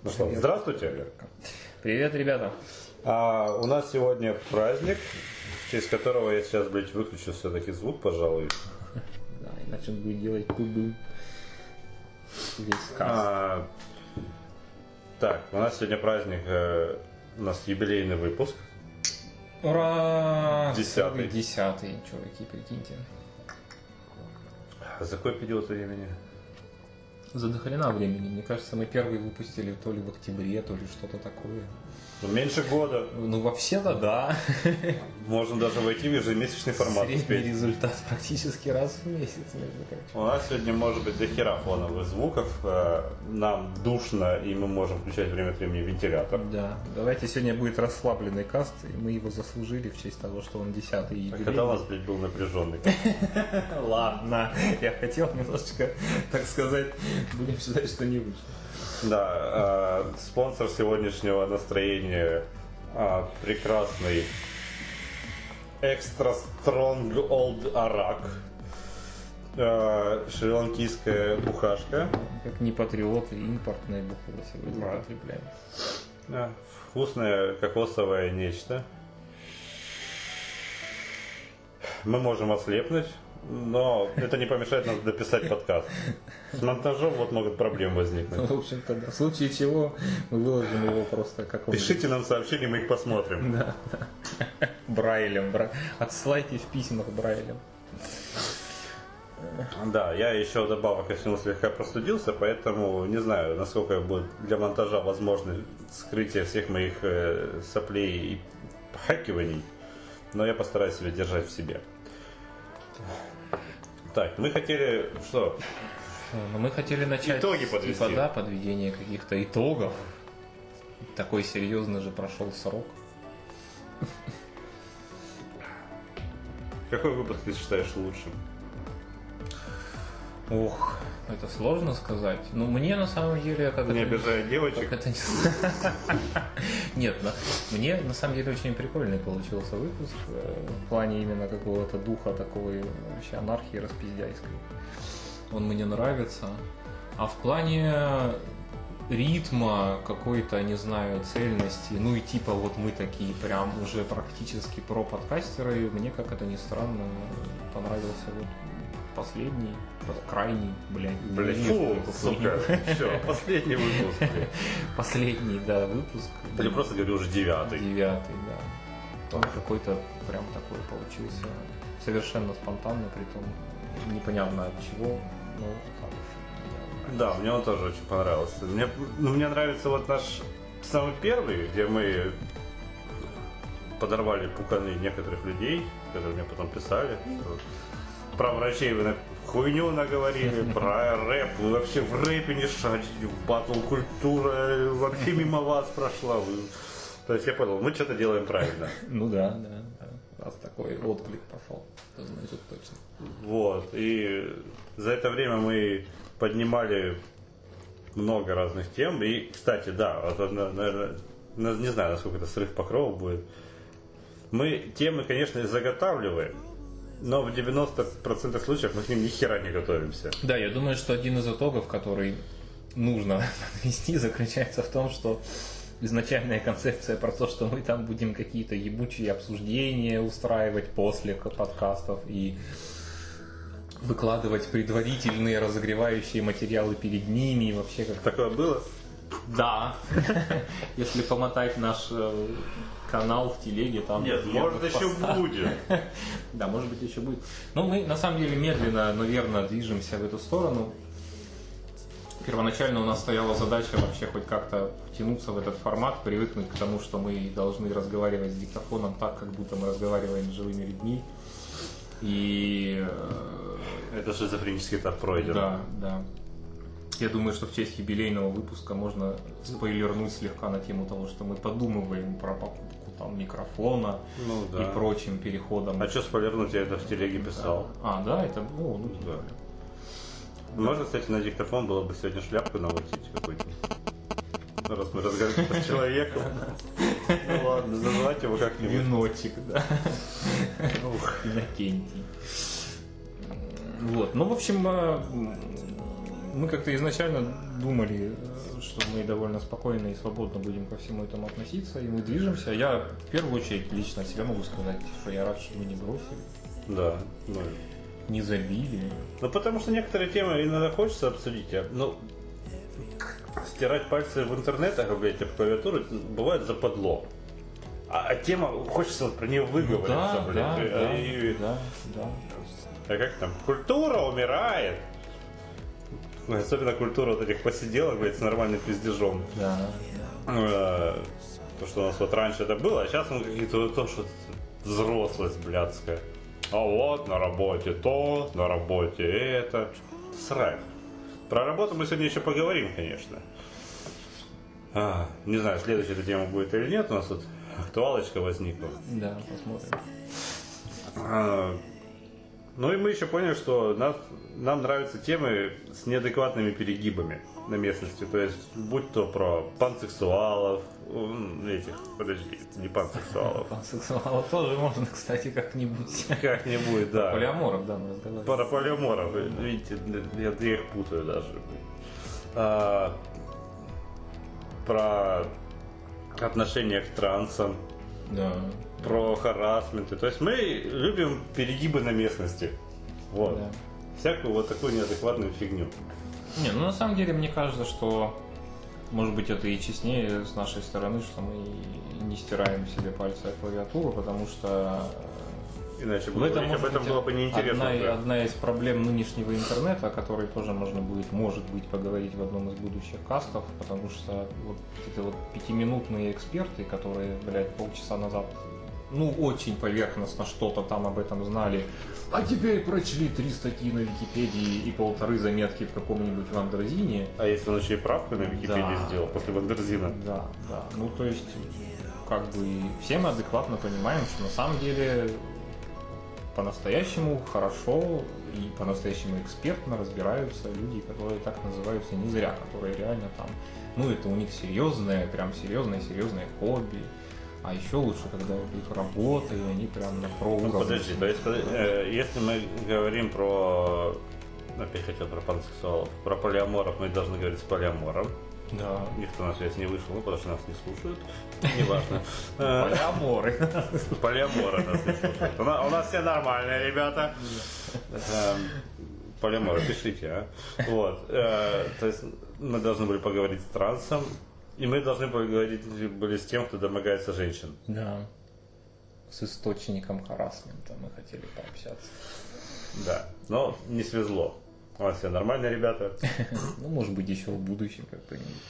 Ну что, здравствуйте, Олег. Привет, ребята. У нас сегодня праздник, в честь которого я сейчас, выключу все-таки звук, пожалуй. Да, иначе он будет делать пубы. Весь каст. Так, у нас сегодня праздник, у нас юбилейный выпуск. Ура! 10-й. 10-й, чуваки, прикиньте. За какой период времени? За дохрена времени. Мне кажется, мы первый выпустили то ли в октябре, то ли что-то такое. Ну, меньше года. Ну, вообще-то, да. Можно даже войти в ежемесячный формат. Средний результат практически раз в месяц, между прочим. У нас сегодня может быть до хера фоновых звуков. Нам душно, и мы можем включать время от времени вентилятор. Да. Давайте сегодня будет расслабленный каст, и мы его заслужили в честь того, что он 10-й юбилей. Когда у нас, был напряженный? Ладно, я хотел немножечко, так сказать, будем считать, что не вышло. Да, спонсор сегодняшнего настроения прекрасный Extra Strong Old Arak, шри-ланкийская бухашка. Как не патриоты, импортное бухло сегодня потребляем. Вкусное кокосовое нечто. Мы можем ослепнуть, но это не помешает нам дописать подкаст. С монтажом могут проблемы возникнуть. В общем-то, да. В случае чего мы выложим его просто как он. Пишите нам сообщения, мы их посмотрим. Да. Брайлем. Отсылайте в письмах Брайлем. Да, я еще вдобавок ко всему слегка простудился, поэтому не знаю, насколько будет для монтажа возможно скрытие всех моих соплей и похакиваний, но я постараюсь себя держать в себе. Так, мы хотели что? Ну, мы хотели начать итоги подвести. Типа, да, подведение каких-то итогов. Такой серьезный же прошел срок. Какой выпуск ты считаешь лучшим? Ох, это сложно сказать. Ну, мне на самом деле... Не обижая девочек? Нет, мне на самом деле очень прикольный получился выпуск. В плане именно какого-то духа такой вообще анархии распиздяйской. Он мне нравится. А в плане ритма, какой-то, не знаю, цельности, ну и типа вот мы такие прям уже практически про-подкастеры, мне, как это ни странно, понравился вот последний, крайний, фу, сука, все, последний выпуск. Последний, да, выпуск. Или просто говорю уже 9-й. 9-й, да. Он какой-то прям такой получился, совершенно спонтанно, притом непонятно от чего, но хороший. Да, мне он тоже очень понравился. Мне нравится вот наш самый первый, где мы подорвали пуканы некоторых людей, которые мне потом писали. Про врачей вы хуйню наговорили, про рэп, вы вообще в рэпе не шарите, батл культура вообще мимо вас прошла. То есть я понял, мы что-то делаем правильно. Ну да. Раз такой отклик пошел, то значит точно. Вот, и за это время мы поднимали много разных тем. И, кстати, да, наверное, не знаю, насколько это срыв покрова будет. Мы темы, конечно, заготавливаем, но в 90% случаев мы к ним ни хера не готовимся. Да, я думаю, что один из итогов, который нужно подвести, заключается в том, что изначальная концепция про то, что мы там будем какие-то ебучие обсуждения устраивать после подкастов и выкладывать предварительные разогревающие материалы перед ними и вообще как такое было? Да. Если помотать наш канал в телеге, там... Нет, может еще будет. Да, может быть еще будет. Но мы на самом деле медленно, но верно движемся в эту сторону. Первоначально у нас стояла задача вообще хоть как-то втянуться в этот формат, привыкнуть к тому, что мы должны разговаривать с диктофоном так, как будто мы разговариваем с живыми людьми. И... Это шизофренический этап пройден. Да. Я думаю, что в честь юбилейного выпуска можно спойлернуть слегка на тему того, что мы подумываем про покупку там микрофона и прочим переходом. А что спойлернуть, я это в телеге писал. Да, это было. Да. Можно, кстати, на диктофон было бы сегодня шляпку наводить какой-то. Раз мы разговариваем с человеком. Ну ладно, называть его как-нибудь. Винотик, да. Иннокентий. Вот, ну, в общем, Мы как-то изначально думали, что мы довольно спокойно и свободно будем ко всему этому относиться, и мы движемся. Я в первую очередь лично себе могу сказать, что я рад, что мы не бросили, Да. Ну, не забили. ну, потому что некоторые темы иногда хочется обсудить. Ну, стирать пальцы в интернетах, блядь, об клавиатуру бывает западло. А тема, хочется вот про нее выговориться, блядь. Да. А как там? Культура умирает. Особенно культура вот этих посиделок, блядь, с нормальным пиздежом. Да. То, что у нас вот раньше это было, а сейчас мы какие-то то, что взрослость блядская. А вот на работе то, на работе это. Срань. Про работу мы сегодня еще поговорим, конечно. Не знаю, следующая эта тема будет или нет, у нас тут актуалочка возникла. Да, посмотрим. Ну и мы еще поняли, что нам нравятся темы с неадекватными перегибами на местности. То есть, будь то про пансексуалов, не пансексуалов. Пансексуалов тоже можно, кстати, как-нибудь. Как-нибудь, да. Про полиаморов, да, мы разговаривали. Про полиаморов, видите, я их путаю даже. Про отношения к трансам. Да. Про харассменты. То есть мы любим перегибы на местности. Вот. Да. Всякую вот такую неадекватную фигню. Не, ну на самом деле мне кажется, что может быть это и честнее с нашей стороны, что мы не стираем себе пальцы о клавиатуру, потому что Иначе в этом, об этом было бы неинтересно. одна из проблем нынешнего интернета, о которой тоже можно будет, может быть, поговорить в одном из будущих кастов, потому что вот эти вот 5-минутные эксперты, которые, блядь, полчаса назад очень поверхностно что-то там об этом знали, а теперь прочли 3 статьи на Википедии и 1,5 заметки в каком-нибудь Вандерзине. А если он еще и правку на Википедии сделал после Вандерзина? Да. Ну, то есть, как бы, все мы адекватно понимаем, что на самом деле по-настоящему хорошо и по-настоящему экспертно разбираются люди, которые так называются не зря, которые реально там, это у них серьезное серьезное хобби. А еще лучше, когда это их работа, и они прям на проуровне. Подожди, то есть, если мы говорим про... Опять хотел про пансексуалов. Про полиаморов мы должны говорить с полиамором. Да. Никто на связь не вышел, потому что нас не слушают. Неважно. Полиаморы. Полиаморы нас не слушают. У нас все нормальные ребята. Полиаморы, пишите, а. Вот. То есть мы должны были поговорить с трансом. И мы должны поговорить были с тем, кто домогается женщин. Да. С источником харассмента мы хотели пообщаться. Да. Но не свезло. У нас все нормальные ребята. Может быть, еще в будущем как-нибудь.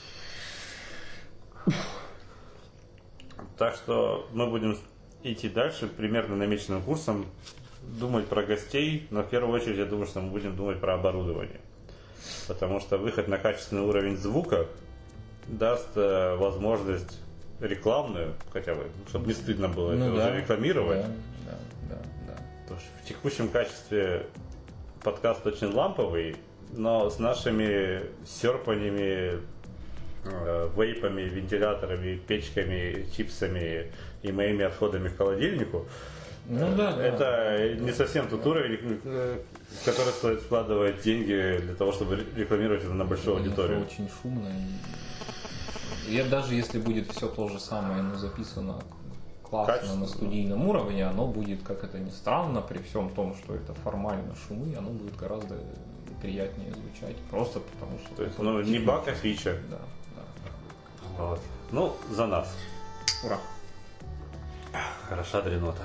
Так что мы будем идти дальше примерно намеченным курсом, думать про гостей, но в первую очередь я думаю, что мы будем думать про оборудование. Потому что выход на качественный уровень звука даст возможность рекламную, хотя бы, чтобы не стыдно было это уже рекламировать. Да. Потому что в текущем качестве подкаст очень ламповый, но с нашими серпаниями, вейпами, вентиляторами, печками, чипсами и моими отходами к холодильнику, это не совсем тот уровень, в который стоит вкладывать деньги для того, чтобы рекламировать это на большую аудиторию. Это очень шумно. И даже если будет все то же самое, но записано классно на студийном уровне, оно будет, как это ни странно, при всем том, что это формально шумы, оно будет гораздо приятнее звучать. Просто потому что... То есть, не баг, а фича. Да. Вот. Ну, за нас. Ура. Хороша дренота.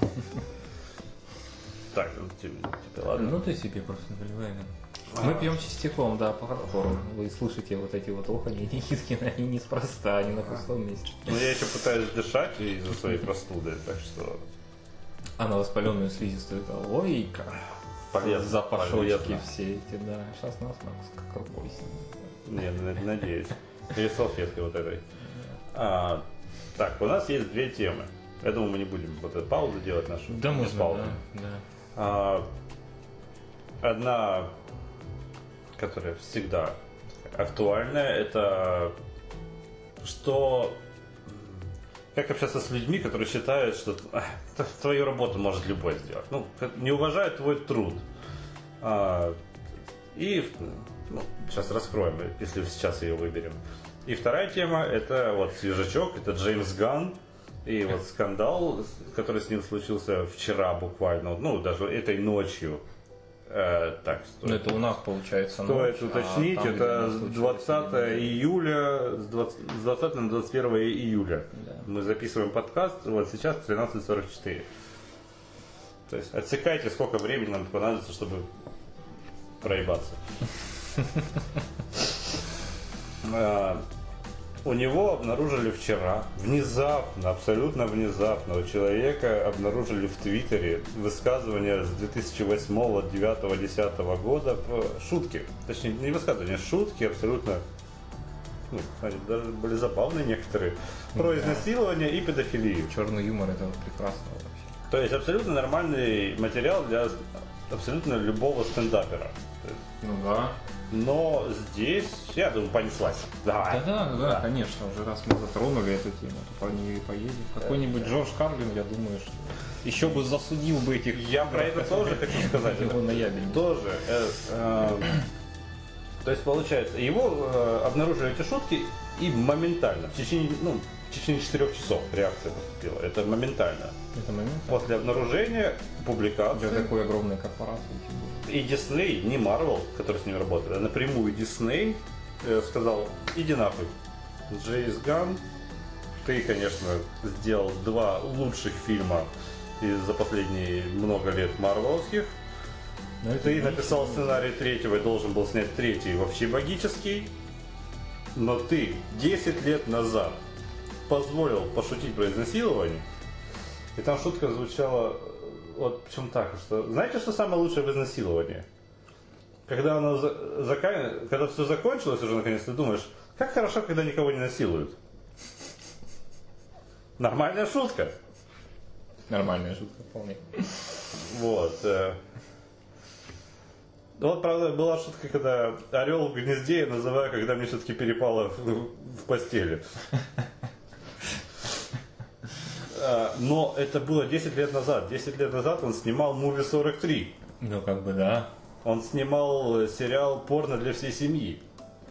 Так, тебе ладно. Ты себе просто наливай. Мы пьем частяком, да, по хардкору. Вы слышите вот эти вот оханье Никиткина, они неспроста, они на пустом месте. Я еще пытаюсь дышать из-за своей простуды, так что... А на воспаленную слизистую это логика. Полезно. Запашочки все эти, да. Сейчас нас как рукой снимут. Не, надеюсь. Или салфеткой вот этой. Так, у нас есть 2 темы. Я думаю, мы не будем вот эту паузу делать нашу. Да, без паузы. Да. Одна, которая всегда актуальная, это как общаться с людьми, которые считают, что твою работу может любой сделать. Не уважают твой труд. И Ну, сейчас раскроем, если сейчас ее выберем. И вторая тема, это вот свежачок, это Джеймс Ганн. И вот скандал, который с ним случился вчера буквально, ну, даже этой ночью. Так, ну, это у нас получается стоит ночь, уточнить, это с 20 июля, с 20 на 21 июля. Да. Мы записываем подкаст, вот сейчас 13:44. То есть отсекайте, сколько времени нам понадобится, чтобы проебаться. У него обнаружили вчера, внезапно, абсолютно внезапно, у человека обнаружили в Твиттере высказывания с 2008, 9, 10 года, шутки. Точнее, не высказывания, шутки абсолютно, ну, даже были забавные некоторые, про изнасилование и педофилию. Черный юмор, это прекрасно вообще. То есть абсолютно нормальный материал для абсолютно любого стендапера. Ну да. Но здесь, я думаю, понеслась. Давай. Да, конечно, уже раз мы затронули эту тему, то по ней и поедем. Какой-нибудь Джордж Карлин, я думаю, что еще бы засудил бы этих... Я про это тоже хочу сказать. Его наябили. Тоже. То есть, получается, его обнаружили эти шутки и моментально, в течение 4 часов реакция поступила. Это моментально. Это моментально? После обнаружения, публикации. Для такой огромной корпорации. И Дисней, не Марвел, который с ним работает, а напрямую Дисней сказал: иди нахуй. Джеймс Ганн, ты, конечно, сделал 2 лучших фильма за последние много лет марвеловских. Ты написал сценарий 3-го и должен был снять 3-й вообще магический. Но ты 10 лет назад позволил пошутить про изнасилование. И там шутка звучала... Вот причем так, что... Знаете, что самое лучшее в изнасиловании? Когда когда все закончилось уже наконец, ты думаешь, как хорошо, когда никого не насилуют. Нормальная шутка. Нормальная шутка, вполне. Вот. Вот, правда, была шутка, когда орел в гнезде я называю, когда мне все-таки перепало в постели. Но это было 10 лет назад. 10 лет назад он снимал «Муви 43». Ну, как бы, да. Он снимал сериал «Порно для всей семьи».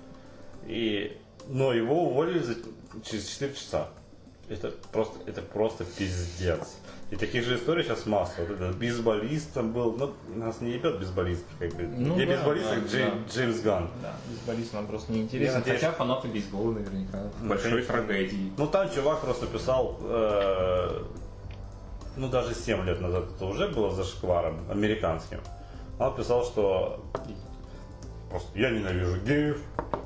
Но его уволили через 4 часа. Это просто пиздец. И таких же историй сейчас масса. Вот этот бейсболист там был. Ну, нас не ебет бейсболист, как бы. Ну, где да, бейсболист, да, Джеймс Ганн. Да, бейсболист нам просто не интересен. Хотя фанаты бейсбола наверняка. Большой трагедии. Ну, там чувак просто писал, даже 7 лет назад это уже было зашкваром американским. Он писал, что просто я ненавижу геев.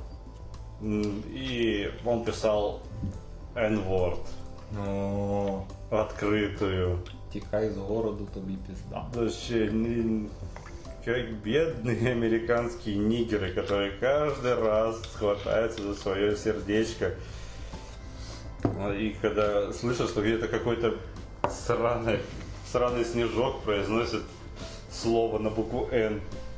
И он писал N-word. Ну, в открытую. Тікай з городу, тобі пизда. Вообще, как бедные американские нигеры, которые каждый раз хватаются за свое сердечко. И когда слышат, что где-то какой-то сраный снежок произносит слово на букву Н.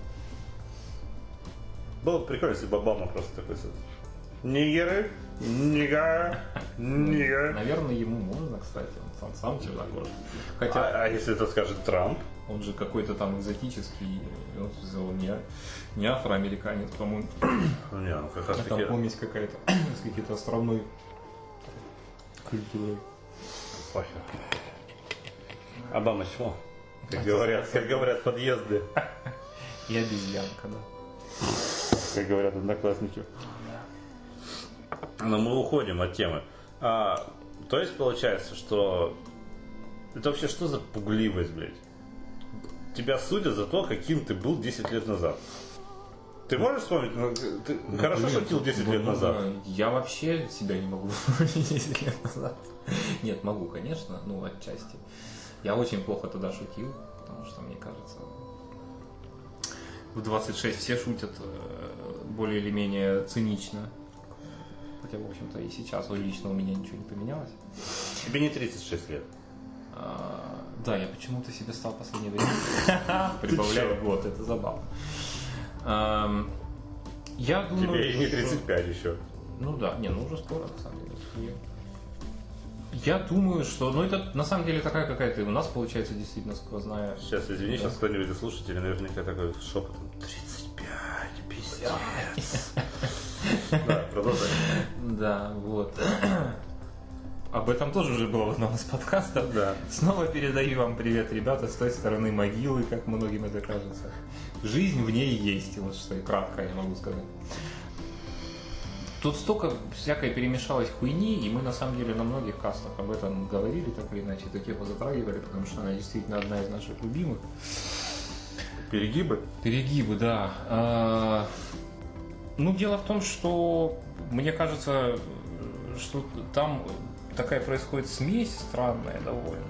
Было бы прикольно, если бы Обама просто такой: нигеры, нигер. Наверное, ему можно, кстати, он сам чернокожий. Хотя... А если это скажет Трамп? Он же какой-то там экзотический, он не афроамериканец, по-моему. Не, ну как раз таки... Там помесь какая-то с какой-то островной культурой. Похер. Обама чмо? Как говорят подъезды. И обезьянка, да. Как говорят одноклассники. Но мы уходим от темы. То есть получается, что это вообще что за пугливость, блядь? Тебя судят за то, каким ты был 10 лет назад. Ты можешь вспомнить? Ты хорошо шутил 10 лет назад? Я вообще себя не могу вспомнить 10 лет назад. Нет, могу, конечно, отчасти. Я очень плохо тогда шутил, потому что, мне кажется, в 26 все шутят более или менее цинично. Хотя, в общем-то, и сейчас лично у меня ничего не поменялось. Тебе не 36 лет. Да, я почему-то себе стал в последнее время прибавлять год, это забавно. Я думаю, тебе и не 35 еще. Ну да, уже скоро, на самом деле. Я думаю, что, это на самом деле такая какая-то у нас получается действительно сквозная. Сейчас, извини, сейчас кто-нибудь из слушателей наверняка такой шепотом: 35, 50. Да, продолжай. Да, вот. Об этом тоже уже было в одном из подкастов. Да. Снова передаю вам привет, ребята, с той стороны могилы, как многим это кажется. Жизнь в ней есть, вот что и кратко я могу сказать. Тут столько всякой перемешалось хуйни, и мы на самом деле на многих кастах об этом говорили, так или иначе, эту тему затрагивали, потому что она действительно одна из наших любимых. Перегибы? Перегибы, да. Ну, дело в том, что мне кажется, что там такая происходит смесь странная довольно.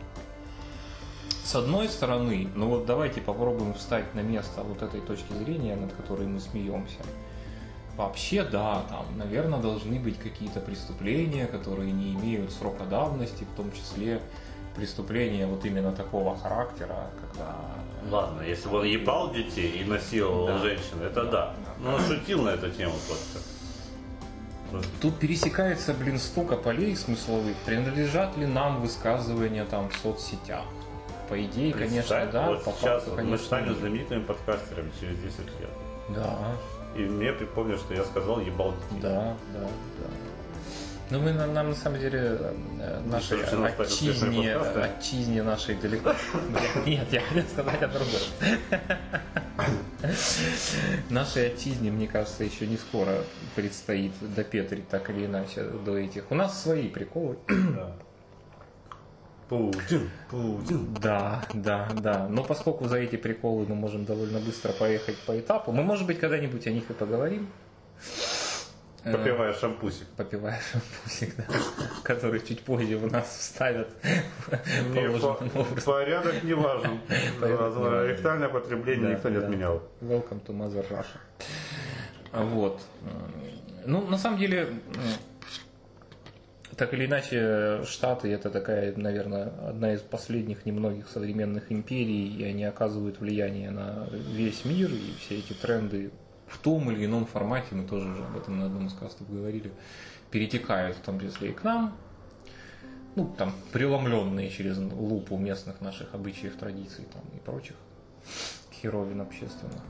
С одной стороны, ну вот давайте попробуем встать на место вот этой точки зрения, над которой мы смеемся. Вообще, да, там, наверное, должны быть какие-то преступления, которые не имеют срока давности, в том числе преступления вот именно такого характера, когда... Ладно, если бы он ебал детей и насиловал женщин, это да. Но он шутил на эту тему просто. Тут пересекается, столько полей смысловых. Принадлежат ли нам высказывания там в соцсетях? По идее, конечно, да. Вот по сейчас факту, мы конечно, станем знаменитыми подкастерами через 10 лет. Да. И мне припомнят, что я сказал ебал детей. Да. Ну, мы нам на самом деле нашей отчизне нашей далеко. Нет, я хотел сказать о другом. Нашей отчизне, мне кажется, еще не скоро предстоит допетрить так или иначе до этих. У нас свои приколы. Путин. Да. Но поскольку за эти приколы мы можем довольно быстро поехать по этапу, мы, может быть, когда-нибудь о них и поговорим. Попивая шампусик. Да. Который чуть позже у нас вставят. Порядок не важен. Ректальное потребление никто не отменял. Welcome to Mother Russia. Вот. Ну, на самом деле, так или иначе, Штаты это такая, наверное, одна из последних немногих современных империй, и они оказывают влияние на весь мир, и все эти тренды в том или ином формате, мы тоже уже об этом на одном из кастов говорили, перетекают в том числе и к нам, ну, там, преломленные через лупу местных наших обычаев, традиций там, и прочих херовин общественных.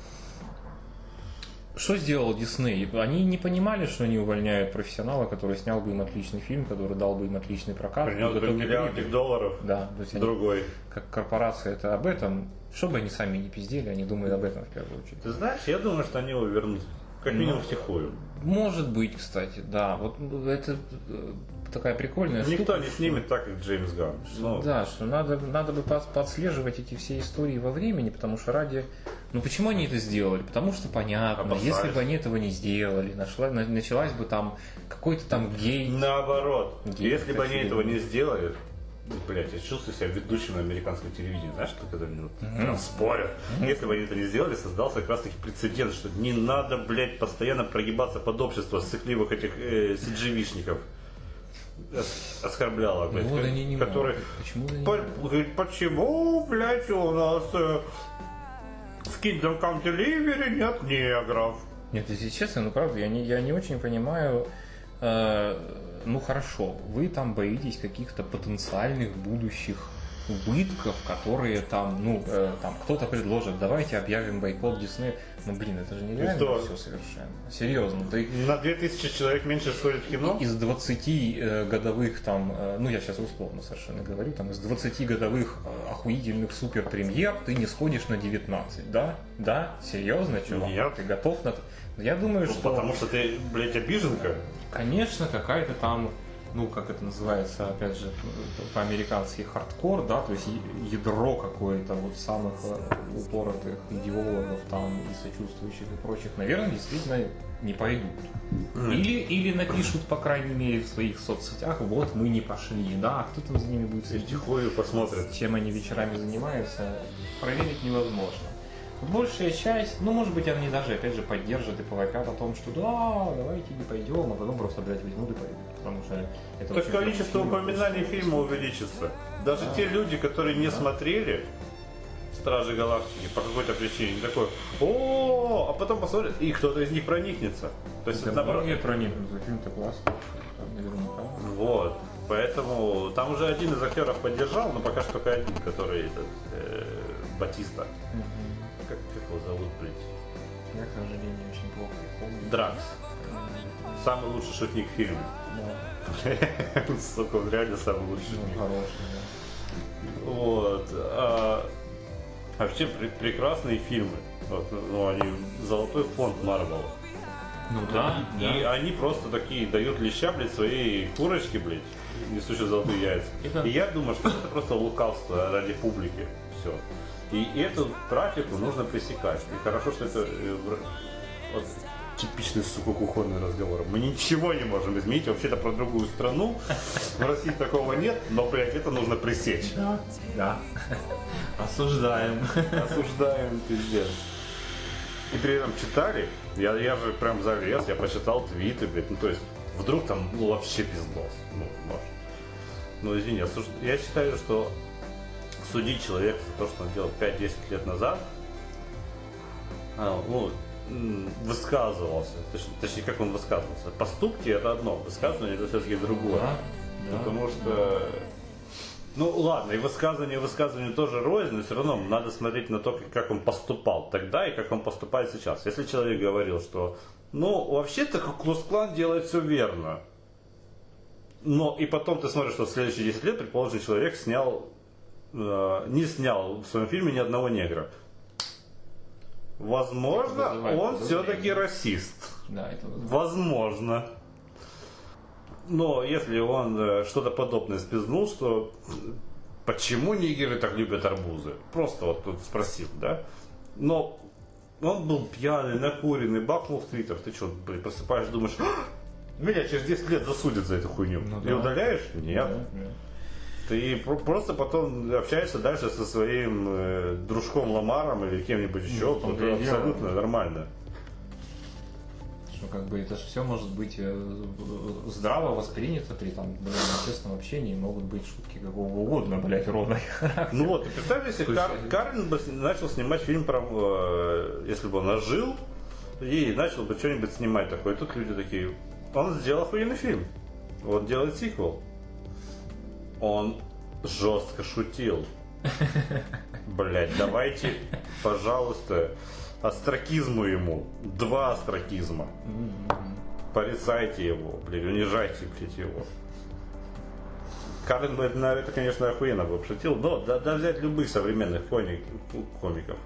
Что сделал Дисней? Они не понимали, что они увольняют профессионала, который снял бы им отличный фильм, который дал бы им отличный прокат. Принес бы миллиардик долларов. Да, то есть они, другой. Как корпорация, это об этом. Чтобы они сами не пиздели, они думают об этом в первую очередь. Ты знаешь, я думаю, что они его вернут. Как минимум втихую. Может быть, кстати, да. Вот это такая прикольная штука. Никто не снимет так, как Джеймс Ганн. Да, что надо бы подслеживать эти все истории во времени, потому что ради... Ну почему они это сделали? Потому что понятно, если бы они этого не сделали, началась бы там какой-то там гей... Наоборот, если бы они этого не сделали, блять, я чувствую себя ведущим на американском телевидении, знаешь, что когда там спорят. Если бы они это не сделали, создался как раз таки прецедент, что не надо, блять, постоянно прогибаться под общество сыкливых этих CGV-шников. Оскорбляла, блядь, вот они не которые... Почему, почему, блядь, у нас в Kingdom Come Delivery нет негров? Нет, если честно, ну правда, я не очень понимаю. Ну хорошо, вы там боитесь каких-то потенциальных будущих убытков, которые там, там кто-то предложит, давайте объявим бойкот Диснея. Ну блин, это же нереально все совершенно. Серьезно. На 2000 человек меньше сходит в кино? Из 20 годовых там, ну я сейчас условно совершенно говорю, там из 20 годовых охуительных суперпремьер ты не сходишь на 19, да? Да? Серьезно, чувак? Нет. Ты готов на... Я думаю, что... Потому что ты, блядь, обиженка? Конечно, какая-то там, ну, как это называется, опять же, по-американски хардкор, да, то есть ядро какое-то вот самых упоротых идеологов там и сочувствующих и прочих, наверное, действительно не пойдут. Или напишут, по крайней мере, в своих соцсетях, вот мы не пошли, да, а кто там за ними будет следить? Тихую посмотрят. Чем они вечерами занимаются, проверить невозможно. Большая часть, ну, может быть, они даже, опять же, поддержат и повопят о том, что да, давайте не пойдем, а потом просто, блядь, возьмут и пойдут, потому что это... Так количество упоминаний фильма увеличится. Даже те люди, которые не смотрели Стражи Галактики по какой-то причине, такой, о, а потом посмотрят, и кто-то из них проникнется. То есть это наоборот. Многие проникнутся, фильм-то классный, наверняка. Вот, поэтому там уже один из актеров поддержал, но пока что только один, который Батиста. Как его зовут, блядь? Я, к сожалению, очень плохо их помню. Дракс. Самый лучший шутник в фильме. Да. Сука, он реально самый лучший Ну, шутник. хороший, да. Вот. Вообще прекрасные фильмы. Вот, ну, они золотой фонд Марвел. Ну да, И они просто такие дают леща, блядь, своей курочке, блядь, несущей золотые яйца. Это- И я думаю, что это просто лукавство ради публики. Все. И эту практику нужно пресекать. И хорошо, что это вот, типичный, сука, кухонный разговор. Мы ничего не можем изменить. Вообще-то про другую страну. В России такого нет, но, блядь, это нужно пресечь. Да. Да. Осуждаем. Осуждаем, пиздец. И при этом читали, я же прям залез, я прочитал твиты, блядь, ну то есть, вдруг там, ну вообще пиздос, ну, может. Ну извини, я считаю, что судить человека за то, что он делал 5-10 лет назад, ну, высказывался, точнее, как он высказывался. Поступки это одно, высказывание это все-таки другое. Да, Потому что, ну ладно, и высказывание тоже рознь, но все равно надо смотреть на то, как он поступал тогда и как он поступает сейчас. Если человек говорил, что, ну, вообще-то Клус-клан делает все верно, но и потом ты смотришь, что в следующие 10 лет, предположим, человек не снял в своем фильме ни одного негра. Возможно, он все-таки расист. Да, это Возможно. Но если он что-то подобное спизнул, что почему нигеры так любят арбузы? Просто вот тут спросил, да? Но он был пьяный, накуренный, бахнул в твиттер. Ты что, блин, просыпаешь, думаешь, меня через 10 лет засудят за эту хуйню. Ну, И да. удаляешь? Нет. Да. Ты просто потом общаешься дальше со своим дружком Ламаром или кем-нибудь еще. в том-то Это и дело. абсолютно нормально. Что как бы это же все может быть здраво воспринято при там, честном общении, могут быть шутки какого угодно, блядь, рода. Ну вот, и представь, если Карен бы начал снимать фильм про... если бы он жил и начал бы что-нибудь снимать такое. И тут люди такие, он сделал охуенный фильм. Он делает сиквел. Он жестко шутил. Блять, давайте, пожалуйста, астракизму ему. 2 астракизма. Порицайте его, блядь, унижайте, блядь, его. Карен бы на это, конечно, охуенно бы пошутил, но да взять любых современных комиков.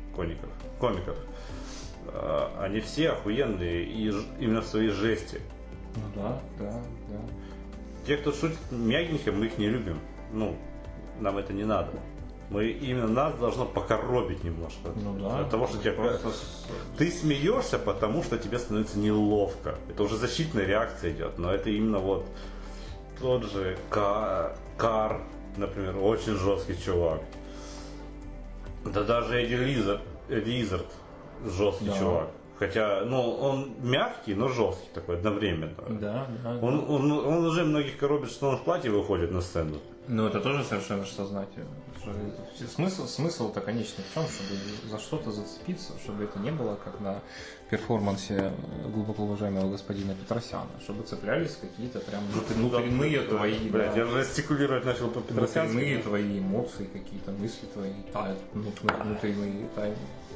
Они все охуенные и именно в своей жести. Ну да. Те, кто шутит мягенько, мы их не любим. Ну, нам это не надо. Именно нас должно покоробить немножко. Ну да. От того, что тебе... Ты смеешься, потому что тебе становится неловко. Это уже защитная реакция идет. Но это именно вот тот же Кар, например, очень жесткий чувак. Да даже Эдди Иззард жесткий чувак. Хотя, ну, он мягкий, но жесткий такой одновременно. Да. Он уже многих коробит, что он в платье выходит на сцену. Ну это тоже совершенно что знать. Смысл-то конечный в чем, чтобы за что-то зацепиться, чтобы это не было как на перформансе глубоко уважаемого господина Петросяна, чтобы цеплялись какие-то прям внутренние твои, блядь, я же стикулировать начал по Петросянски. внутренние твои эмоции, какие-то мысли твои, внутренние тайны.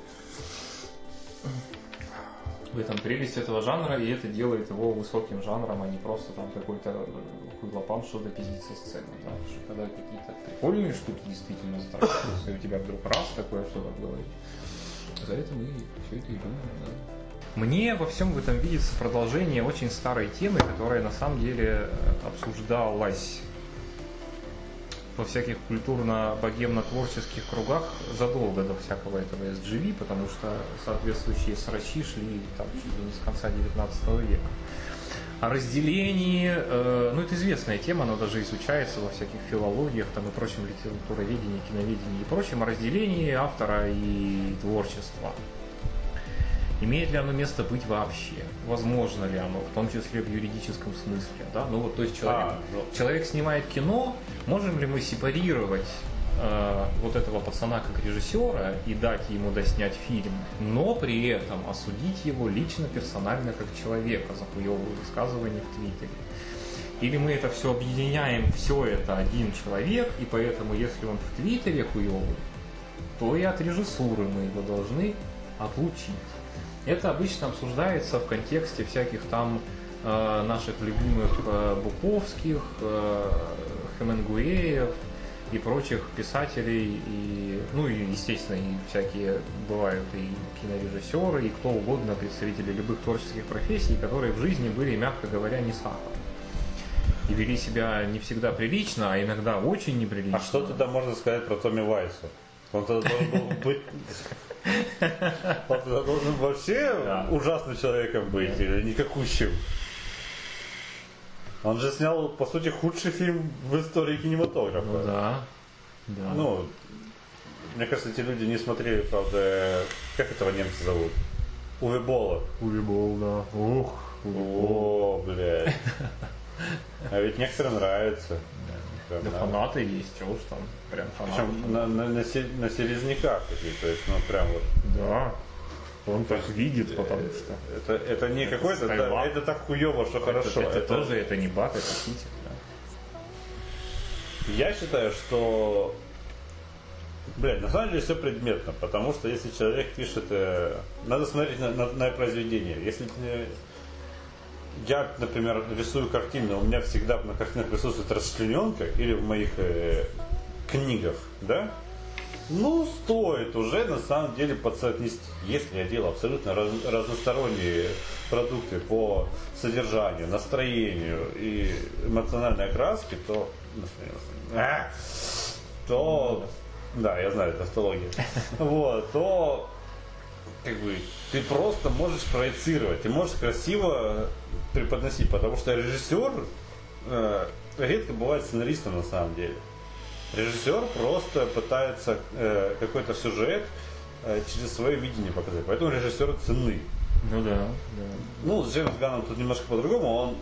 В этом прелесть этого жанра, и это делает его высоким жанром, а не просто там какой-то хуйлопан что-то пиздит со сцены. Да? Что когда какие-то прикольные штуки действительно затрагиваются, и у тебя вдруг раз такое что-то говорит. За это мы все это и любим. Да? Мне во всем в этом видится продолжение очень старой темы, которая на самом деле обсуждалась во всяких культурно-богемно-творческих кругах задолго до всякого этого SGV, потому что соответствующие срачи шли там чуть ли не с конца 19 века. О разделении, ну это известная тема, она даже изучается во всяких филологиях там, и прочем, литературоведении, киноведении и прочем, о разделении автора и творчества. Имеет ли оно место быть вообще? Возможно ли оно, в том числе в юридическом смысле? Да? Ну вот, то есть человек снимает кино, можем ли мы сепарировать вот этого пацана как режиссера и дать ему доснять фильм, но при этом осудить его лично, персонально как человека за хуёвые высказывания в Твиттере? Или мы это все объединяем, все это один человек, и поэтому если он в Твиттере хуёвый, то и от режиссуры мы его должны отлучить. Это обычно обсуждается в контексте всяких там наших любимых Буковских, Хемингуэев и прочих писателей, и, ну и, естественно, и всякие бывают и кинорежиссеры, и кто угодно, представители любых творческих профессий, которые в жизни были, мягко говоря, не сахар. И вели себя не всегда прилично, а иногда очень неприлично. А что тогда можно сказать про Томми Вайса? Он тогда должен был быть... Он тогда должен вообще ужасным человеком быть, или никакущим. Он же снял, по сути, худший фильм в истории кинематографа. Ну да. Ну, мне кажется, эти люди не смотрели, правда, как этого немца зовут? Уве Болла. Уве Болл, да. Ух, о, блядь. А ведь некоторым нравится. Да, фанаты есть, чего уж там, прям фанаты. Причем на серьезняках такие, то есть, ну прям вот. Да. Он так видит, потому что. Это не какой-то, это так хуёво, что хорошо. Это тоже, это не баг, это хитер, да. Я считаю, что, блядь, на самом деле все предметно, потому что если человек пишет, надо смотреть на произведение. Если я, например, рисую картины, у меня всегда на картинах присутствует расчлененка, или в моих книгах, да? Ну, стоит уже на самом деле подсоотнести. Если я делаю абсолютно разносторонние продукты по содержанию, настроению и эмоциональной окраске, то да, я знаю, это астология. Вот, то как бы ты просто можешь проецировать, ты можешь красиво преподносить, потому что режиссер редко бывает сценаристом на самом деле. Режиссер просто пытается какой-то сюжет через свое видение показать. Поэтому режиссеры ценны. Ну да. Ну, с Джеймсом Ганном тут немножко по-другому. Он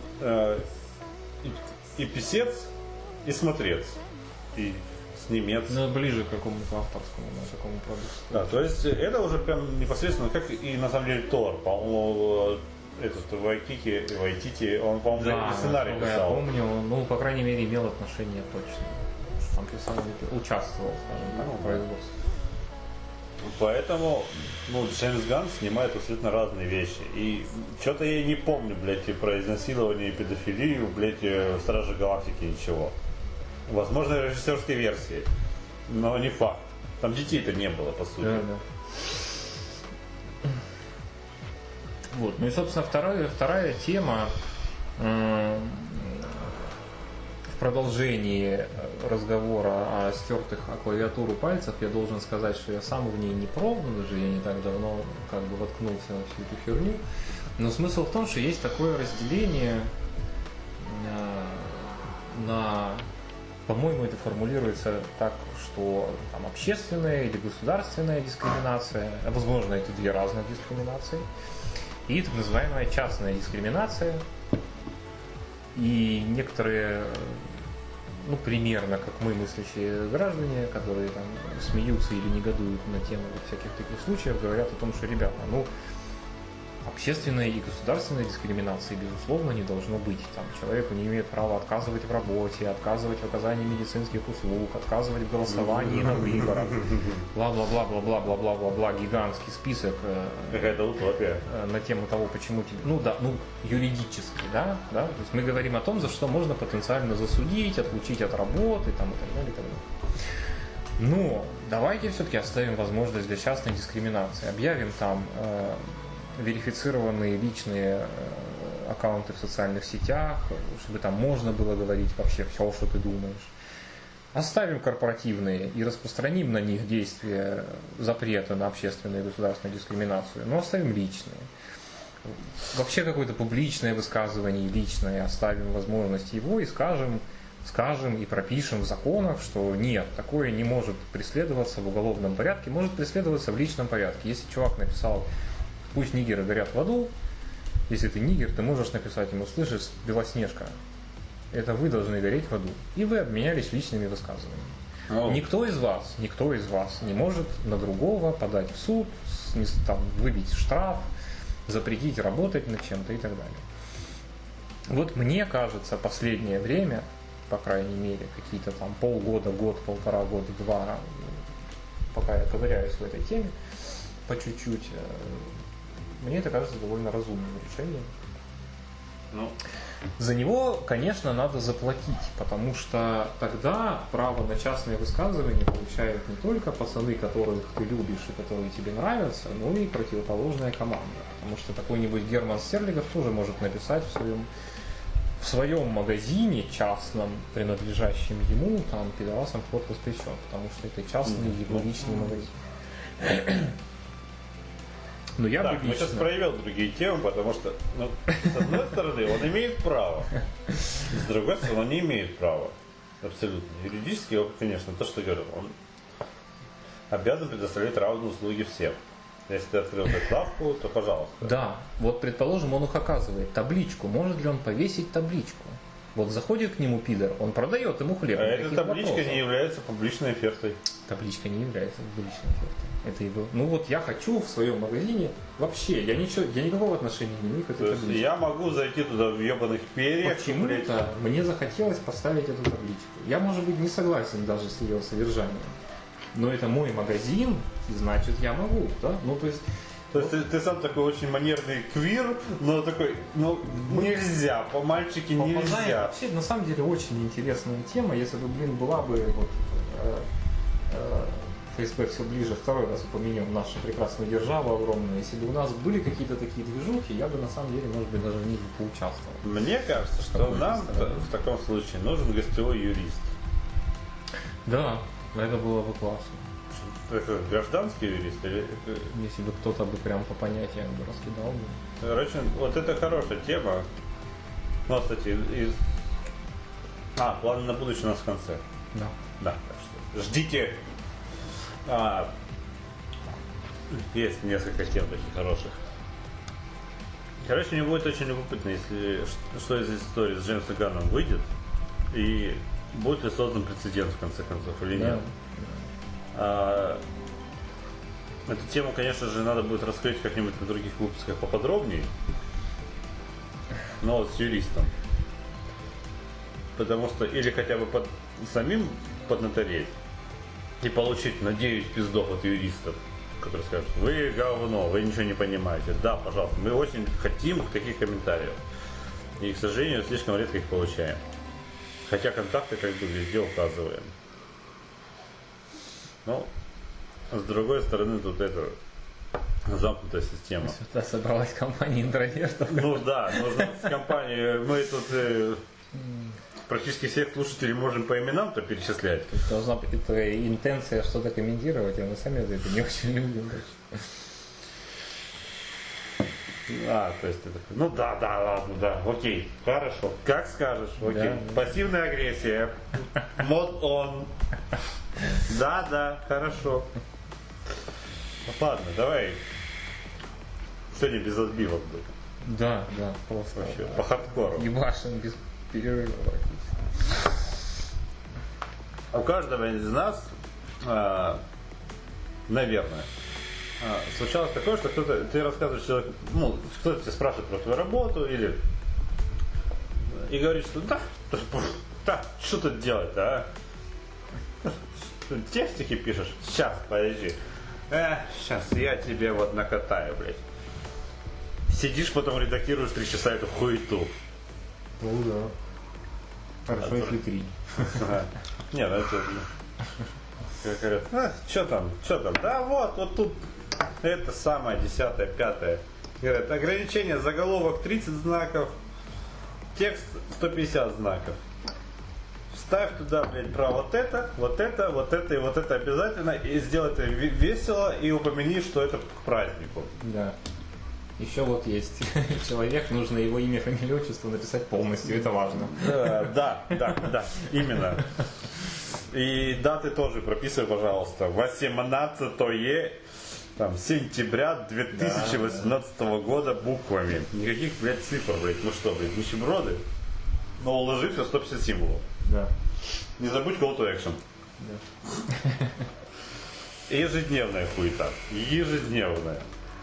и писец, и смотрец. И снимец. Ну, ближе к какому-то авторскому, такому продукту. Да, то есть это уже прям непосредственно, как и на самом деле Тор. По-моему, этот Вайтити, он, по-моему, да, сценарий писал. Я помню, ну, по крайней мере, имел отношение точно. Там писал, участвовал, скажем так, в производстве. Поэтому, ну, Джеймс Ганн снимает абсолютно разные вещи. И что-то я не помню, блядь, про изнасилование и педофилию, блядь, Стражи Галактики, ничего. Возможно, режиссерские версии, но не факт. Там детей-то не было, по сути. Да. Вот, ну и, собственно, вторая тема в продолжении разговора о стертых о клавиатуру пальцев, я должен сказать, что я сам в ней не пробовал, даже я не так давно как бы воткнулся на всю эту херню. Но смысл в том, что есть такое разделение на, по-моему, это формулируется так, что там общественная или государственная дискриминация, возможно, это две разных дискриминации, и так называемая частная дискриминация. И некоторые, ну, примерно как мы, мыслящие граждане, которые там смеются или негодуют на тему всяких таких случаев, говорят о том, что, ребята, ну, общественной и государственной дискриминации, безусловно, не должно быть. Там человеку не имеет права отказывать в работе, отказывать в оказании медицинских услуг, отказывать в голосовании на выборах, бла-бла-бла-бла-бла-бла-бла-бла, гигантский список. Какая-то утопия. На тему того, почему тебе... Ну да, ну юридически, да? То есть мы говорим о том, за что можно потенциально засудить, отлучить от работы, там, и так далее, и так далее. Но давайте все-таки оставим возможность для частной дискриминации. Объявим там верифицированные личные аккаунты в социальных сетях, чтобы там можно было говорить вообще все, что ты думаешь. Оставим корпоративные и распространим на них действия запрета на общественную и государственную дискриминацию, но оставим личные. Вообще какое-то публичное высказывание, личное, оставим возможность его и скажем и пропишем в законах, что нет, такое не может преследоваться в уголовном порядке, может преследоваться в личном порядке. Если чувак написал: пусть нигеры горят в аду, если ты нигер, ты можешь написать ему: слышишь, Белоснежка, это вы должны гореть в аду. И вы обменялись личными высказываниями. Никто из вас не может на другого подать в суд, там, выбить штраф, запретить работать над чем-то и так далее. Вот мне кажется, последнее время, по крайней мере, какие-то там полгода, год, полтора года, два, пока я ковыряюсь в этой теме, по чуть-чуть, Мне это кажется довольно разумным решением. Ну, За него, конечно, надо заплатить, потому что тогда право на частные высказывания получают не только пацаны, которых ты любишь и которые тебе нравятся, но и противоположная команда. Потому что какой-нибудь Герман Стерлигов тоже может написать в своем магазине частном, принадлежащем ему, там, пидорасам вход воспрещен, потому что это частный единичный магазин. Но я так, бы лично... мы сейчас проявил другие темы, потому что, ну, с одной стороны, он имеет право, с другой стороны, он не имеет права. Абсолютно. Юридически, конечно, то, что я говорю, он обязан предоставлять равные услуги всем. Если ты открыл эту лавку, то пожалуйста. Да, вот предположим, он их оказывает табличку. Может ли он повесить табличку? Вот заходит к нему пидор, он продает ему хлеб. А эта табличка не является публичной офертой. Табличка не является публичной офертой. Это его. Ну вот я хочу в своем магазине вообще, я никакого отношения не имею к этой табличке. Я могу зайти туда в ебаных перьях. Почему-то мне захотелось поставить эту табличку. Я, может быть, не согласен даже с ее содержанием. Но это мой магазин, и значит я могу, да? Ну то есть ты сам такой очень манерный квир, но такой, ну нельзя, по мальчике нельзя. Вообще, на самом деле, очень интересная тема. Если бы, была бы вот, ФСБ все ближе, второй раз упомянем нашу прекрасную державу огромную. Если бы у нас были какие-то такие движухи, я бы на самом деле, может быть, даже в них поучаствовал. Мне кажется, что нам в таком случае нужен гостевой юрист. Да, это было бы классно. Это гражданский юрист или... Если бы кто-то бы прям по понятиям бы раскидал бы. Короче, вот это хорошая тема. Ну, кстати, планы на будущее у нас в конце. Да. Да, так что ждите. Есть несколько тем таких хороших. Короче, мне будет очень любопытно, если что из истории с Джеймсом Ганном выйдет, и будет ли создан прецедент в конце концов или нет. Эту тему, конечно же, надо будет раскрыть как-нибудь в других выпусках поподробнее, но с юристом. Потому что, или хотя бы самим поднатореть и получить на 9 пиздов от юристов, которые скажут: вы говно, вы ничего не понимаете. Да, пожалуйста, мы очень хотим таких комментариев. И, к сожалению, слишком редко их получаем. Хотя контакты как бы везде указываем. Ну, с другой стороны, тут это замкнутая система. Сюда собралась компания интровертов. Ну да, нужно с компанией. Мы тут практически всех слушателей можем по именам-то перечислять. Должна быть интенция что-то комментировать, а мы сами это не очень любим. То есть это... Ну да, ладно, да, окей, хорошо. Как скажешь, окей. Да. Пассивная агрессия. Мод он. Да, хорошо. Ладно, давай. Сегодня без отбивок будет. Да, просто. Вообще, по хардкору. Ебашим без перерыва практически. У каждого из нас, наверное, случалось такое, что ты рассказываешь человеку, ну, кто-то тебя спрашивает про твою работу или и говорит, что да, что тут делать-то, текстики пишешь? Сейчас, подожди. Сейчас я тебе вот накатаю, блядь. Сидишь, потом редактируешь 3 часа эту хуету. Ну да. Хорошо, если 3. Не, ну это... Как говорят, что там? Да вот тут это самое, 10-е, 5-е. Говорят, ограничение заголовок 30 знаков, текст 150 знаков. Вставь туда, блядь, про вот это и вот это обязательно, и сделай это весело, и упомяни, что это к празднику. Да. Еще вот есть человек, нужно его имя, фамилию, отчество написать полностью, это важно. Да, именно. И даты тоже прописывай, пожалуйста. 18 сентября 2018 года буквами. Никаких, блядь, цифр, блядь. Ну что, блядь, нищеброды? Но уложи все 150 символов. Да. Не забудь call to action. Да. Ежедневная хуета. Ежедневная.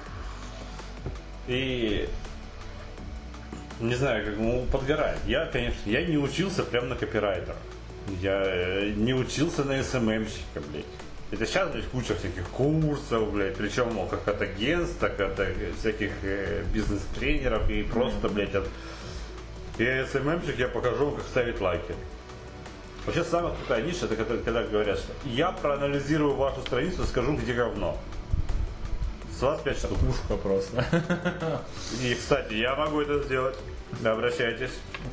И не знаю, как подгорает. Я, конечно, не учился прям на копирайтера. Я не учился на СММщика, блядь. Это сейчас, блядь, куча всяких курсов, блядь, причем как от агентств, так от всяких бизнес-тренеров и просто, блядь, от... Я СММщик, я покажу вам, как ставить лайки. Вообще самая крутая ниша, это когда говорят, что я проанализирую вашу страницу и скажу, где говно. С вас 5 штук. Пушка просто. И, кстати, я могу это сделать. Обращайтесь.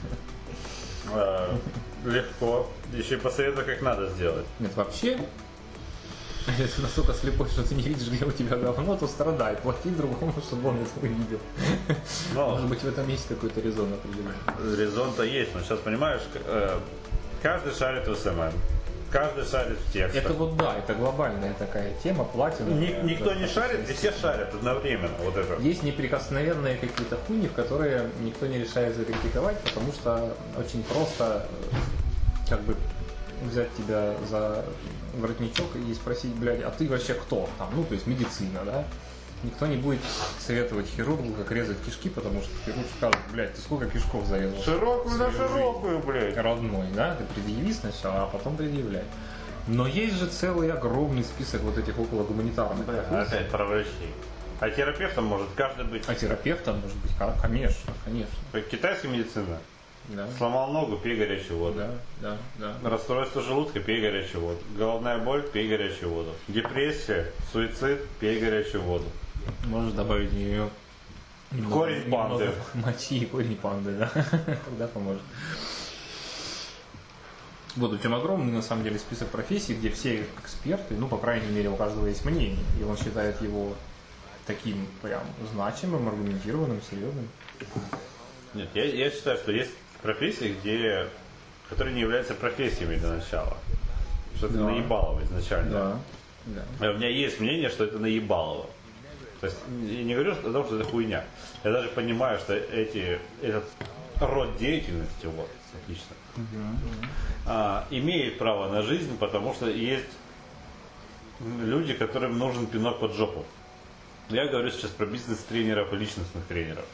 Легко. Еще и посоветую, как надо сделать. Нет, вообще, если ты настолько слепой, что ты не видишь, где у тебя говно, то страдай. Плати другому, чтобы он это увидел. Может быть, в этом есть какой-то резон определенный. Резон-то есть, но сейчас, понимаешь, каждый шарит в СММ. Каждый шарит в текстах. Это вот да, это глобальная такая тема, платина. Никто не шарит, и все шарят одновременно. Вот это. Есть неприкосновенные какие-то хуйни, в которые никто не решает закритиковать, потому что очень просто как бы взять тебя за воротничок и спросить, блядь, а ты вообще кто? Там, ну, то есть медицина, да? Никто не будет советовать хирургу, как резать кишки, потому что хирург скажет, блядь, ты сколько кишков зарезал? Широкую на широкую, блядь. Родной, да? Ты предъяви сначала, а потом предъявляй. Но есть же целый огромный список вот этих около гуманитарных профессий. Опять про врачей. А терапевтом может каждый быть. А терапевтом может быть, конечно, конечно. Как китайская медицина. Да. Сломал ногу, пей горячую воду. Да. Расстройство желудка, пей горячую воду. Головная боль, пей горячую воду. Депрессия, суицид, пей горячую воду. Можешь добавить в нее корень панды. Мочи и корень панды, да. Тогда поможет. Вот очень огромный на самом деле список профессий, где все эксперты, ну, по крайней мере, у каждого есть мнение, и он считает его таким прям значимым, аргументированным, серьезным. Нет, я считаю, что есть профессии, которые не являются профессиями для начала. Что это наебалово изначально. Да. У меня есть мнение, что это наебалово. То есть я не говорю о том, что это хуйня. Я даже понимаю, что этот род деятельности, вот, отлично, имеет право на жизнь, потому что есть люди, которым нужен пинок под жопу. Я говорю сейчас про бизнес-тренеров и личностных тренеров.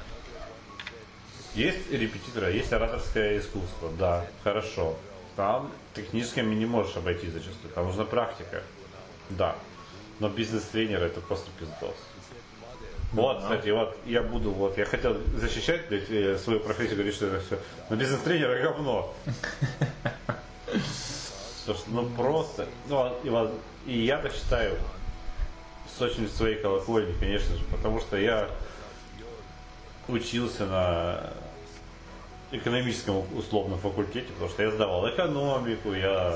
Есть репетиторы, есть ораторское искусство, да, хорошо. Там техническими не можешь обойти зачастую, там нужна практика, да. Но бизнес-тренер это просто пиздос. Вот, кстати, вот я хотел защищать, блядь, свою профессию, говорить, что это все. Но бизнес-тренер говно. Потому что, ну просто, и я так считаю, с очень своей колокольни, конечно же, потому что я учился на экономическом условном факультете, потому что я сдавал экономику,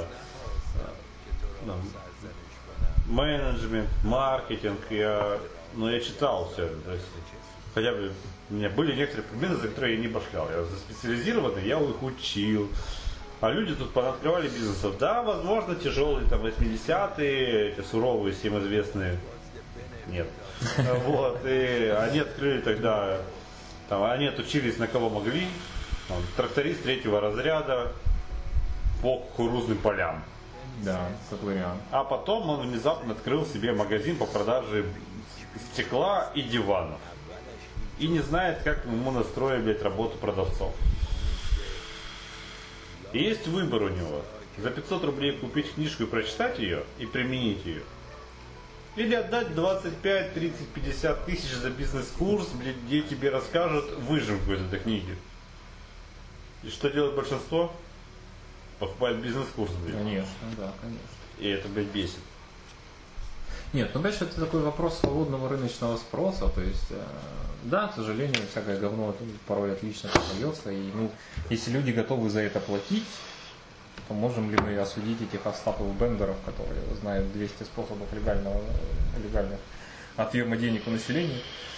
менеджмент, маркетинг, я читал все это. То есть, хотя бы у меня были некоторые предметы, за которые я не башлял. Я специализированный, я их учил. А люди тут понаткрывали бизнесов. Да, возможно, тяжелые там 80-е, эти суровые, всем известные. Нет. Вот. И они открыли тогда, они отучились на кого могли. Тракторист 3-го разряда по кукурузным полям. Да, как вариант. А потом он внезапно открыл себе магазин по продаже стекла и диванов. И не знает, как ему настроить, блядь, работу продавцов. И есть выбор у него. За 500 рублей купить книжку и прочитать ее, и применить ее. Или отдать 25, 30, 50 тысяч за бизнес-курс, блядь, где тебе расскажут выжимку из этой книги. И что делает большинство? Покупает бизнес-курс, блядь. Конечно, да, конечно. И это, блядь, бесит. Нет, ну, конечно, это такой вопрос свободного рыночного спроса. То есть, да, к сожалению, всякое говно порой отлично продается. И, если люди готовы за это платить, то можем ли мы осудить этих Остапов-бендеров, которые знают 200 способов легальных отъема денег у населения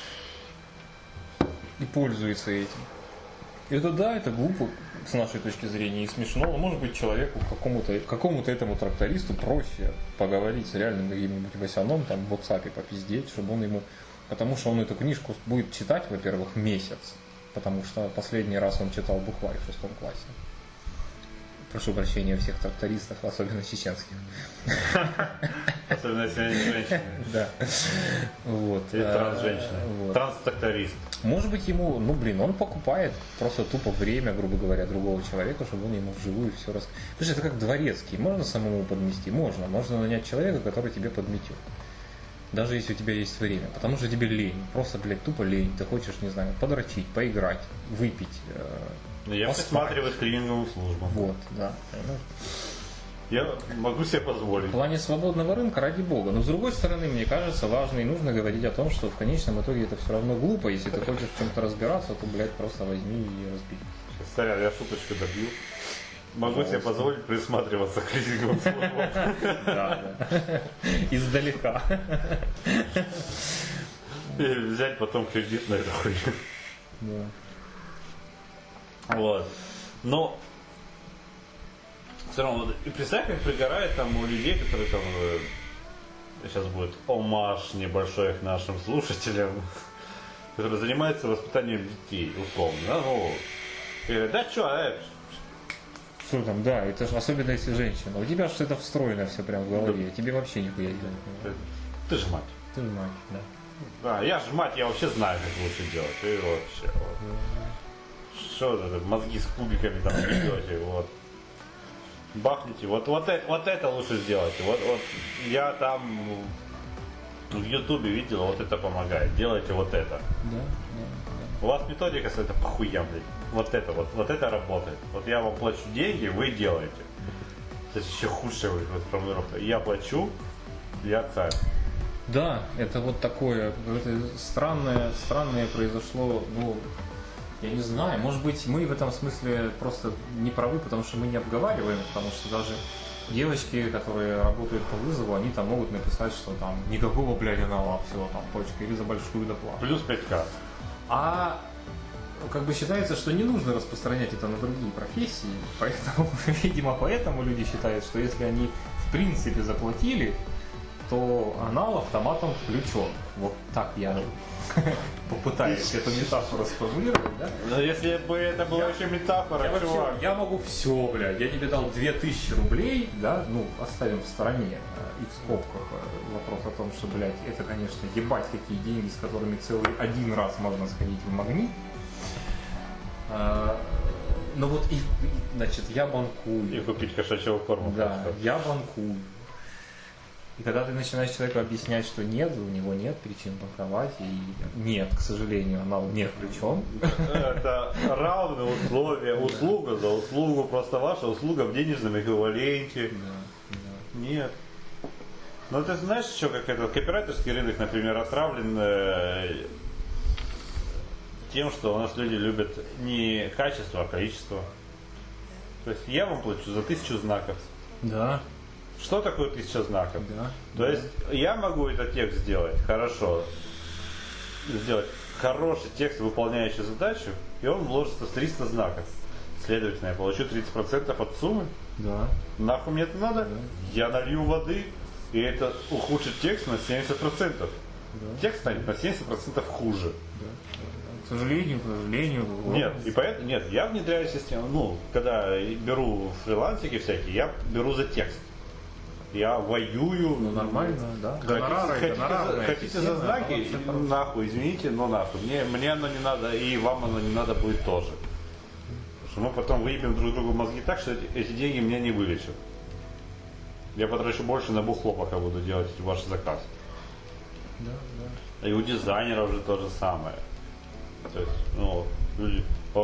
и пользуются этим. Это да, это глупо с нашей точки зрения и смешно, но может быть человеку, какому-то этому трактористу проще поговорить с реальным каким-нибудь Васяном, там в WhatsApp попиздеть, чтобы он ему, потому что он эту книжку будет читать, во-первых, месяц, потому что последний раз он читал букварь в 6 классе. Прошу прощения всех трактористов, особенно чеченских. Особенно если они женщины. Да. Вот. Или транс-женщина. Вот. Транс-тракторист. Может быть, ему, он покупает просто тупо время, грубо говоря, другого человека, чтобы он ему вживую все рассказал. Слушай, это как дворецкий. Можно самому подмести? Можно. Можно нанять человека, который тебе подметет. Даже если у тебя есть время. Потому что тебе лень. Просто, блядь, тупо лень. Ты хочешь, не знаю, подрочить, поиграть, выпить. Я присматриваю к клининговым службам. Вот, да. Понимаешь? Я могу себе позволить. В плане свободного рынка, ради бога. Но с другой стороны, мне кажется, важно и нужно говорить о том, что в конечном итоге это все равно глупо. Если ты хочешь в чем-то разбираться, то, блядь, просто возьми и разберись. Сорян, я шуточку добью. Могу себе позволить присматриваться к клининговым службам. Да. Издалека. И взять потом кредит на эту хуйню. Да. Вот. Но все равно, и представь, как пригорает там у людей, которые там сейчас будет омаж небольшой к нашим слушателям, которые занимаются воспитанием детей, условно, да, ну, и говорят, да что, Что там, да, это же особенно если женщина. У тебя же это встроено все прям в голове. Тебе вообще нихуя делать не надо. ты же мать. Ты же мать, да. Да, я же мать, я вообще знаю, как лучше делать. И вообще, вот. Что это, мозги с кубиками там делаете, вот. Бахните, вот это лучше сделайте. Вот я там в Ютубе видел, вот это помогает. Делайте вот это. Да. У вас методика с это похуям, блядь. Вот это работает. Вот я вам плачу деньги, вы делаете. Это еще худшая формулировка. Я плачу, я царь. Да, это вот такое, это странное произошло, ну, я не знаю, может быть, мы в этом смысле просто не правы, потому что мы не обговариваем, потому что даже девочки, которые работают по вызову, они там могут написать, что там никакого, блядь, анала, все, там, точка, или за большую доплату. Плюс 5К. А как бы считается, что не нужно распространять это на другие профессии, поэтому, видимо, поэтому люди считают, что если они в принципе заплатили, то анал автоматом включен. Вот так я попытаюсь эту метафору сформулировать, да? Но если бы это была еще метафора, чувак. Я могу все, блядь, я тебе дал 2000 рублей, да, ну, оставим в стороне и в скобках вопрос о том, что, блядь, это, конечно, ебать какие деньги, с которыми целый один раз можно сходить в Магнит. Но вот, значит, я банкую. И купить кошачьего корма. Да, я банкую. И когда ты начинаешь человеку объяснять, что нет, у него нет причин банковать, и нет, к сожалению, анал не включен. Это равные условия, услуга за услугу, просто ваша услуга в денежном эквиваленте. Нет. Но ты знаешь еще, как этот копирайтерский рынок, например, отравлен тем, что у нас люди любят не качество, а количество. То есть я вам плачу за 1000 знаков. Да. Что такое 1000 знаков? Да. То есть я могу этот текст сделать хорошо, сделать хороший текст, выполняющий задачу, и он вложится в 300 знаков. Следовательно, я получу 30% от суммы. Да. Нахуй мне это надо? Да. Я налью воды, и это ухудшит текст на 70%. Да. Текст станет на 70% хуже. Да. К сожалению. Нет, и поэтому нет, я внедряю систему. Ну, когда беру фрилансики всякие, я беру за текст. Я воюю. Ну нормально, да. Хотите за знаки? Нахуй, извините, но нахуй. Мне оно не надо, и вам оно не надо будет тоже. Потому что мы потом выебем друг другу мозги так, что эти деньги меня не вылечат. Я потрачу больше на бухло, пока буду делать ваш заказ. Да. И у дизайнеров же то же самое. То есть, ну, люди,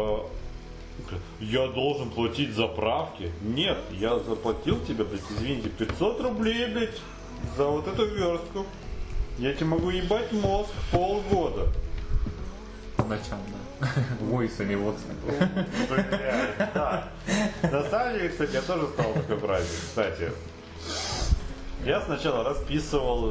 я должен платить за правки? Нет, я заплатил тебе, блядь, извините, 500 рублей, блядь, за вот эту верстку. Я тебе могу ебать мозг полгода. Начал, да. Войсами вот. Да. На самом деле, кстати, я тоже стал такой праздник, кстати. Я сначала расписывал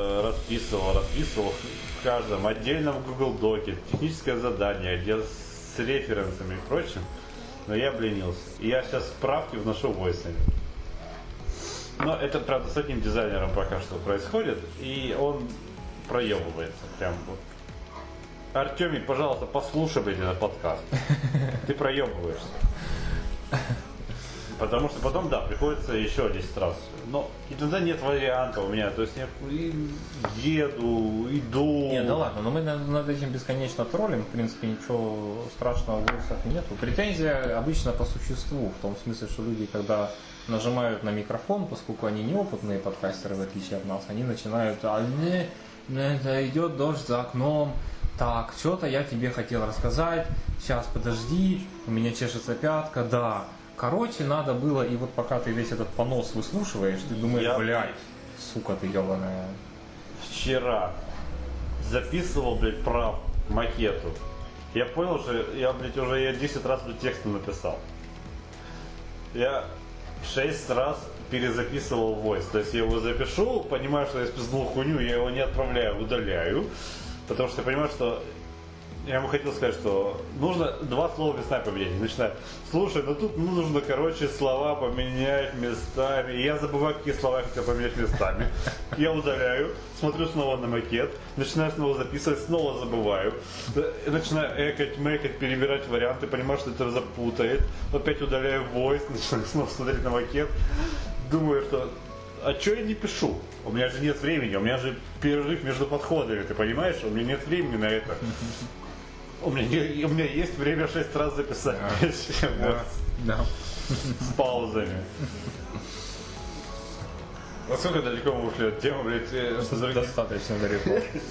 в каждом отдельном Google Доке техническое задание, где с референсами и прочим, но я обленился. И я сейчас справки вношу войсами. Но это, правда, с одним дизайнером пока что происходит, и он проебывается прям вот. Артемий, пожалуйста, послушай, блядь, этот подкаст. Ты проебываешься. Потому что потом, да, приходится еще 10 раз. Но иногда нет варианта у меня. То есть я еду, иду. Не, да ладно, но мы над этим бесконечно троллим. В принципе, ничего страшного в войсах нету. Претензия обычно по существу. В том смысле, что люди, когда нажимают на микрофон, поскольку они неопытные подкастеры, в отличие от нас, они начинают: идет дождь за окном. Так, что-то я тебе хотел рассказать. Сейчас, подожди, у меня чешется пятка, да. Короче, надо было, и вот пока ты весь этот понос выслушиваешь, ты думаешь, блядь, сука ты ебаная. Вчера записывал, блядь, прав макету. Я понял, что я 10 раз текстом написал. Я 6 раз перезаписывал войс. То есть я его запишу, понимаю, что я спиздил хуйню, я его не отправляю, удаляю. Потому что я понимаю, что я ему хотел сказать, что нужно 2 слова местами поменять. И начинаю: слушай, ну тут нужно, короче, слова поменять местами. И я забываю, какие слова я хотел поменять местами. Я удаляю, смотрю снова на макет, начинаю снова записывать, снова забываю. Начинаю мэкать, перебирать варианты, понимаю, что это запутает. Опять удаляю войс, начинаю снова смотреть на макет. Думаю, что а что я не пишу? У меня же нет времени, у меня же перерыв между подходами, ты понимаешь? У меня нет времени на это. У меня есть время 6 раз записать. Да. С паузами. Насколько далеко мы ушли от темы, блядь? Достаточно далеко.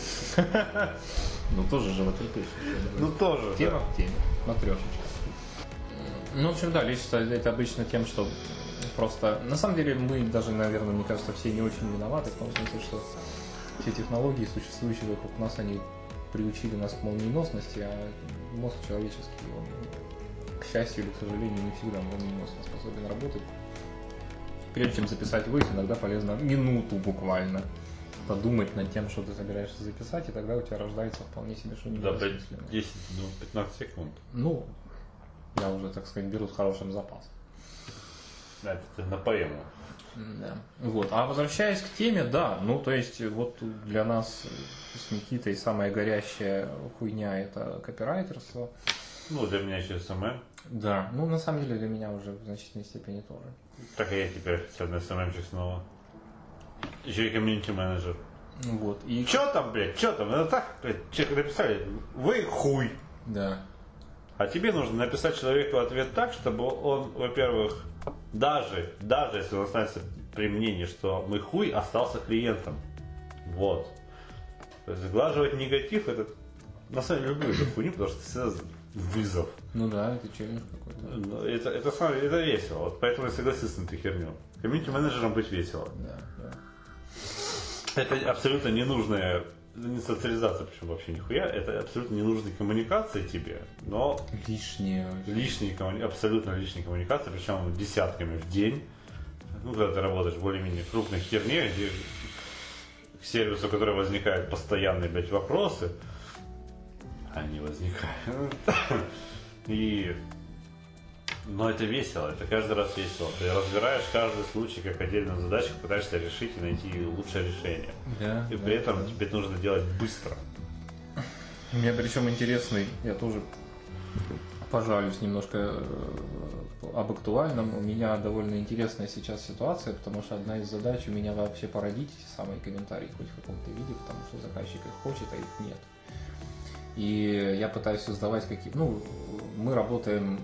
Ну тоже животрепещущее. Ну тоже. Тема в теме, матрешечка. Ну, в общем, да, лично это обычно тем, что просто... На самом деле мы даже, наверное, мне кажется, все не очень виноваты, в том смысле, что все технологии, существующие вокруг нас, они приучили нас к молниеносности, а мозг человеческий, он, к счастью или к сожалению, не всегда молниеносно способен работать. Прежде чем записать войс, иногда полезно минуту буквально подумать над тем, что ты собираешься записать, и тогда у тебя рождается вполне себе что-нибудь осмысленное. 10-15 секунд. Ну, я уже, так сказать, беру с хорошим запасом. Да, это на поэму. Да. Вот. А возвращаясь к теме, да, ну то есть вот для нас с Никитой самая горящая хуйня — это копирайтерство. Ну, для меня еще СММ. Да, ну на самом деле для меня уже в значительной степени тоже. Так и я теперь официальный СММщик снова. Еще и комьюнити-менеджер. Вот. И... Че там, блядь, че там? Это так, блядь, человек написали: вы хуй. Да. А тебе нужно написать человеку ответ так, чтобы он, во-первых, даже если он останется при мнении, что мы хуй, остался клиентом. Вот. То есть сглаживать негатив — это на самом деле люблю эту хуйню, потому что это всегда вызов. Ну да, это челлендж какой-то. Это весело. Вот поэтому я согласился на эту херню. Комьюнити-менеджером быть весело. Да, да. Это абсолютно ненужная, не социализация, причем вообще нихуя, это абсолютно ненужные коммуникации тебе, но лишние абсолютно лишние коммуникации, причем десятками в день. Ну, когда ты работаешь в более-менее крупной херне, где к сервису, который возникают постоянные, блядь, вопросы, они возникают. Но это весело, это каждый раз весело. Ты разбираешь каждый случай как отдельную задачку, пытаешься решить и найти лучшее решение. Да, и при этом тебе нужно делать быстро. У меня причем интересный, я тоже пожалуюсь немножко об актуальном. У меня довольно интересная сейчас ситуация, потому что одна из задач у меня вообще породить эти самые комментарии хоть в каком-то виде, потому что заказчик их хочет, а их нет. И я пытаюсь создавать какие-то... Ну, мы работаем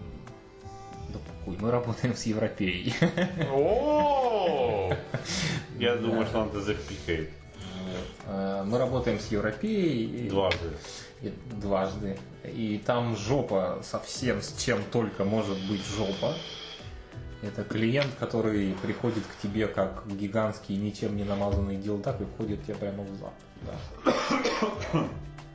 с Европеей. Я думаю, что он это запикает. Мы работаем с Европеей. Дважды. И там жопа совсем с чем только может быть жопа. Это клиент, который приходит к тебе как гигантский, ничем не намазанный дилдак и входит тебе прямо в зад. Да.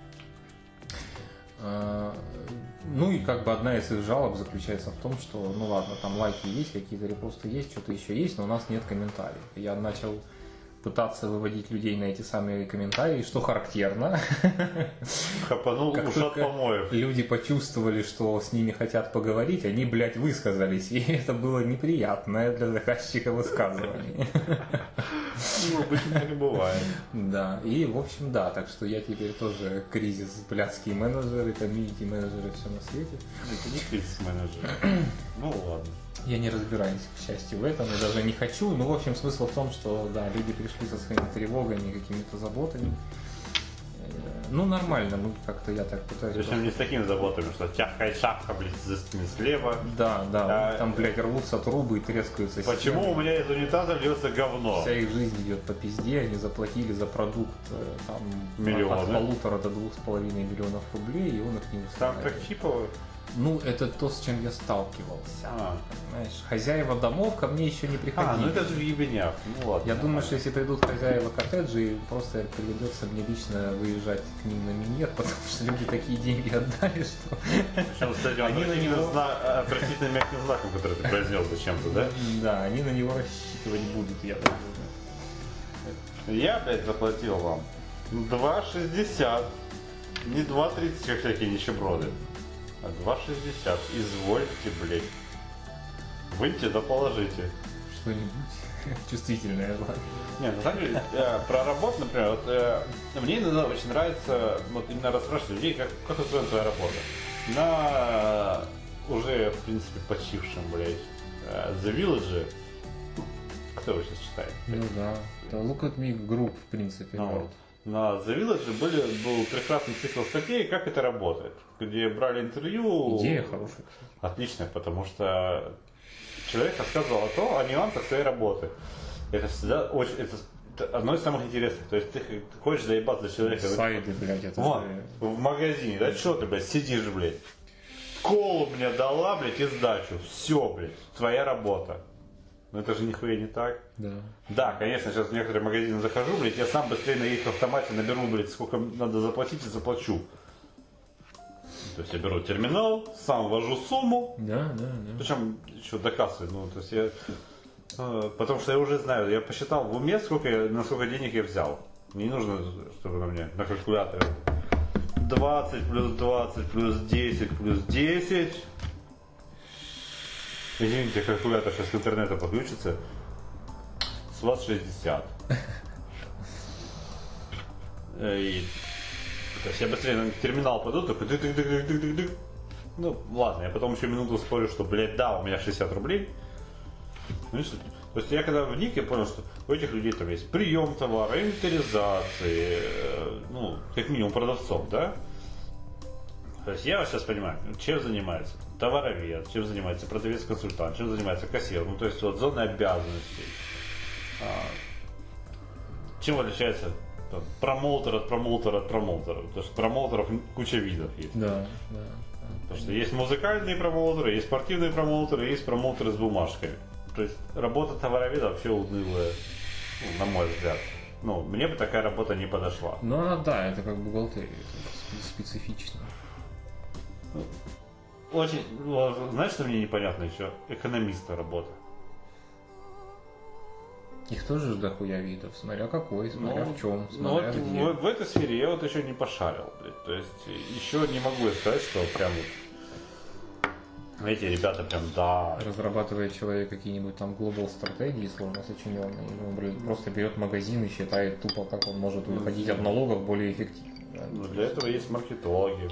Ну и как бы одна из их жалоб заключается в том, что ну ладно, там лайки есть, какие-то репосты есть, что-то еще есть, но у нас нет комментариев. Я начал пытаться выводить людей на эти самые комментарии, что характерно. Хапанул ушат помоев. Люди почувствовали, что с ними хотят поговорить, они, блядь, высказались, и это было неприятное для заказчика высказывание. Ну, обычно так и бывает. Да, и в общем, да, так что я теперь тоже кризис блядские менеджеры, комьюнити менеджеры, все на свете. Это не кризис менеджеры. Ну ладно. Я не разбираюсь, к счастью, в этом, и даже не хочу. Ну, в общем, смысл в том, что, да, люди пришли со своими тревогами, какими-то заботами. Ну, нормально, ну, как-то я так пытаюсь... Причем не с такими заботами, что тяжкая шапка, блядь, за спины слева. Да, там, блядь, рвутся трубы и трескаются Почему стены. у меня из унитаза льется говно? Вся их жизнь идет по пизде, они заплатили за продукт там Миллионы. от 1,5 до 2,5 миллионов рублей, и он их не Там устраивает. так чипово. Ну, это то, с чем я сталкивался. А. Понимаешь, хозяева домов ко мне еще не приходили. Ну это же в ебенях. Ну ладно. Я думаю, что если придут хозяева коттеджей, просто придется мне лично выезжать к ним на минет, потому что люди такие деньги отдали, что... Причем с этим Они на него- отвратительным мягким знаком, который ты произнес зачем-то, да? Да, они на него рассчитывать будут, я думаю. Я, блядь, заплатил вам 2,60. Не 2,30, как всякие нищеброды. А 2,60. Извольте, блядь. Выньте да положите. Что-нибудь чувствительное. Не, на самом деле, про работу, например, вот, мне иногда очень нравится вот именно расспрашивать людей, как устроена твоя работа. На уже, в принципе, почившем, блядь, The Village, кто его сейчас читает? Ну да, это Look at Me Group, в принципе. Ну, вот. вот. На The Village был прекрасный цикл статей, как это работает, где брали интервью. Идея хорошая. Отличная, потому что человек рассказывал о нюансах своей работы. Это всегда очень, это одно из самых интересных. То есть ты хочешь заебаться за человека. Сайды, блядь, это Вот, же... в магазине, да что ты, блядь, сидишь, блядь. Колу мне дала, блядь, и сдачу. Все, блядь, твоя работа. Но это же нихуя не так. Да. Да, конечно, сейчас в некоторые магазины захожу, блядь, я сам быстрее на их автомате наберу, блядь, сколько надо заплатить и заплачу. То есть я беру терминал, сам ввожу сумму, Да. причем еще до кассы, ну, то есть я... Потому что я уже знаю, я посчитал в уме, на сколько денег я взял. Мне не нужно, чтобы на мне на калькуляторе 20 плюс 20 плюс 10 плюс 10. Извините, калькулятор сейчас к интернету подключится. С вас 60. И, то есть я быстрее на терминал пойду, такой дык-дык-дык-дык-дык-дык. Ну, ладно, я потом еще минуту спорю, что, блядь, да, у меня 60 рублей. Ну, и суть. То есть я когда вник, я понял, что у этих людей там есть прием товара, инвентаризации, ну, как минимум продавцов, да? То есть я сейчас понимаю, чем занимается товаровед, чем занимается продавец-консультант, чем занимается кассир, ну, то есть вот зоны обязанностей. Чем отличается там, промоутер от промоутера от промоутера? Потому что промоутеров куча видов есть. Да. Потому что есть музыкальные промоутеры, есть спортивные промоутеры, есть промоутеры с бумажками. То есть работа товароведа вообще унылая, ну, на мой взгляд. Ну, мне бы такая работа не подошла. Ну, она, да, это как бухгалтерия, это специфично. Очень, знаешь, что мне непонятно еще? Экономиста работа. Их тоже дохуя видов, смотря какой, смотря в чем, Ну, смотря вот, где. в этой сфере я вот еще не пошарил, блядь. То есть еще не могу сказать, что прям вот эти ребята прям да. Разрабатывает человек какие-нибудь там глобал стратегии сложно сочиненные, ну, просто берет магазин и считает тупо, как он может уходить от налогов более эффективно. Да? Ну, для этого есть маркетологи.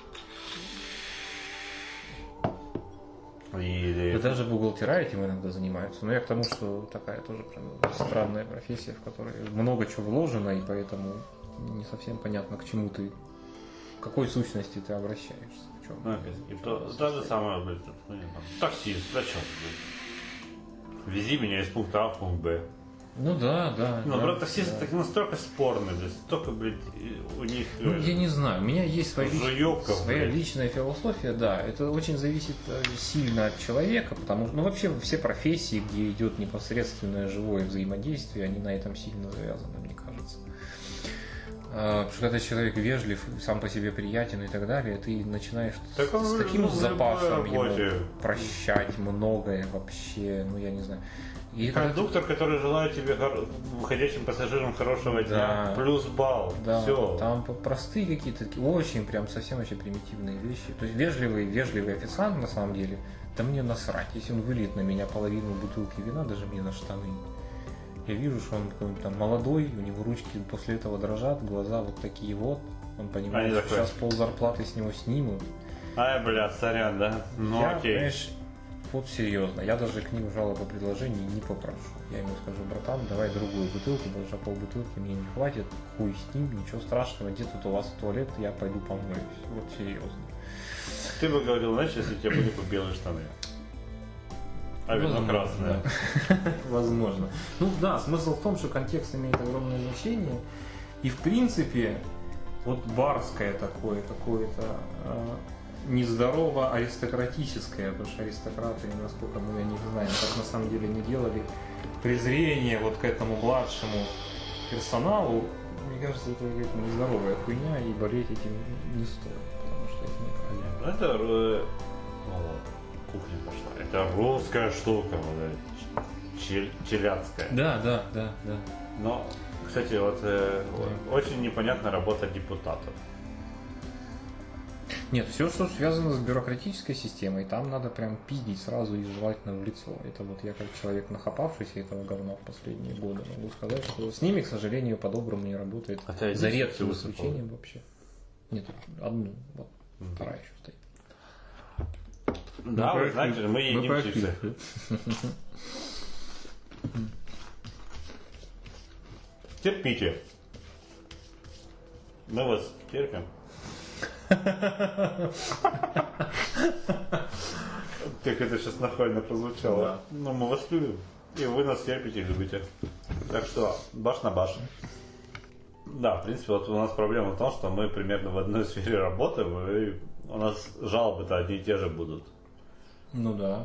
Да даже бухгалтера этим иногда занимаются. Но я к тому, что такая тоже прям странная профессия, в которой много чего вложено, и поэтому не совсем понятно, к чему ты, к какой сущности ты обращаешься. В чем. И то же самое, блядь, таксист, зачем, блядь? Вези меня из пункта А в пункт Б. Ну да. Ну, да, правда, таксисты да. так настолько спорные, блядь, столько, блядь, у них... Ну, я не знаю, у меня есть своя блядь. личная философия, да, это очень зависит сильно от человека, потому что, ну, вообще все профессии, где идет непосредственное живое взаимодействие, они на этом сильно завязаны, мне кажется. Потому что когда человек вежлив, сам по себе приятен и так далее, ты начинаешь с таким запасом ему прощать многое вообще, ну, я не знаю. И кондуктор, который желает тебе выходящим пассажирам хорошего дня, плюс балл, да, все. Там простые какие-то, очень прям совсем очень примитивные вещи. То есть вежливый официант на самом деле, да мне насрать, если он выльет на меня половину бутылки вина, даже мне на штаны. Я вижу, что он какой-нибудь там молодой, у него ручки после этого дрожат, глаза вот такие вот. Он понимает, что сейчас пол зарплаты с него снимут. Ай, бля, сорян, да? Ну я, окей. Понимаешь, вот серьезно, я даже книгу жалоб и предложений не попрошу. Я ему скажу: братан, давай другую бутылку, потому что полбутылки мне не хватит, хуй с ним, ничего страшного, где тут у вас туалет, я пойду помоюсь. Вот серьезно. Ты бы говорил, знаешь, если у тебя были бы белые штаны. А вино красное. Возможно. Ну да, смысл в том, что контекст имеет огромное значение. И в принципе, вот барское такое, какое-то нездорово аристократическое, потому что аристократы, насколько мы о них знаем, как на самом деле не делали, презрение вот к этому младшему персоналу, мне кажется, это какая-то нездоровая хуйня, и болеть этим не стоит, потому что это неправильно. Это кухня пошла. Это русская штука, вот, челядская. Да. Но, кстати, вот очень непонятна работа депутатов. Нет, все, что связано с бюрократической системой, там надо прям пиздить сразу и желательно в лицо. Это вот я как человек, нахапавшийся этого говна в последние годы, могу сказать, что с ними, к сожалению, по-доброму не работает. За редким исключением вообще. Нет, одну, вот, вторая еще стоит. Да, вы знаете, мы едим чипсы. Терпите. Мы вас терпим. Как это сейчас нахально прозвучало. Да. Но мы вас любим. И вы нас терпите и любите. Так что баш на баш. Да, в принципе, вот у нас проблема в том, что мы примерно в одной сфере работаем, и у нас жалобы-то одни и те же будут. Ну да.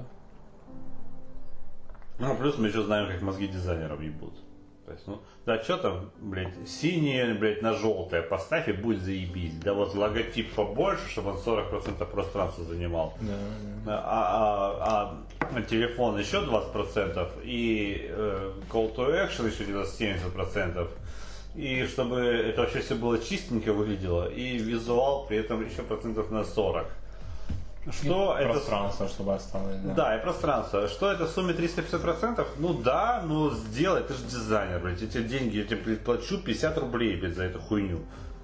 Ну, плюс мы еще знаем, как мозги дизайнеров ебут. То есть, ну, да, что там, блядь, синее, блядь, на желтое поставь и будет заебись. Да вот логотип побольше, чтобы он 40% пространства занимал. Да. А телефон еще 20%, и call to action еще где-то 70%. И чтобы это вообще все было чистенько выглядело, и визуал при этом еще процентов на 40%. Что и это... пространство, чтобы осталось. Да, и пространство. Что это в сумме 350%? Ну да, ну сделай, ты же дизайнер, блядь. Эти деньги я тебе плачу 50 рублей, блядь, за эту хуйню.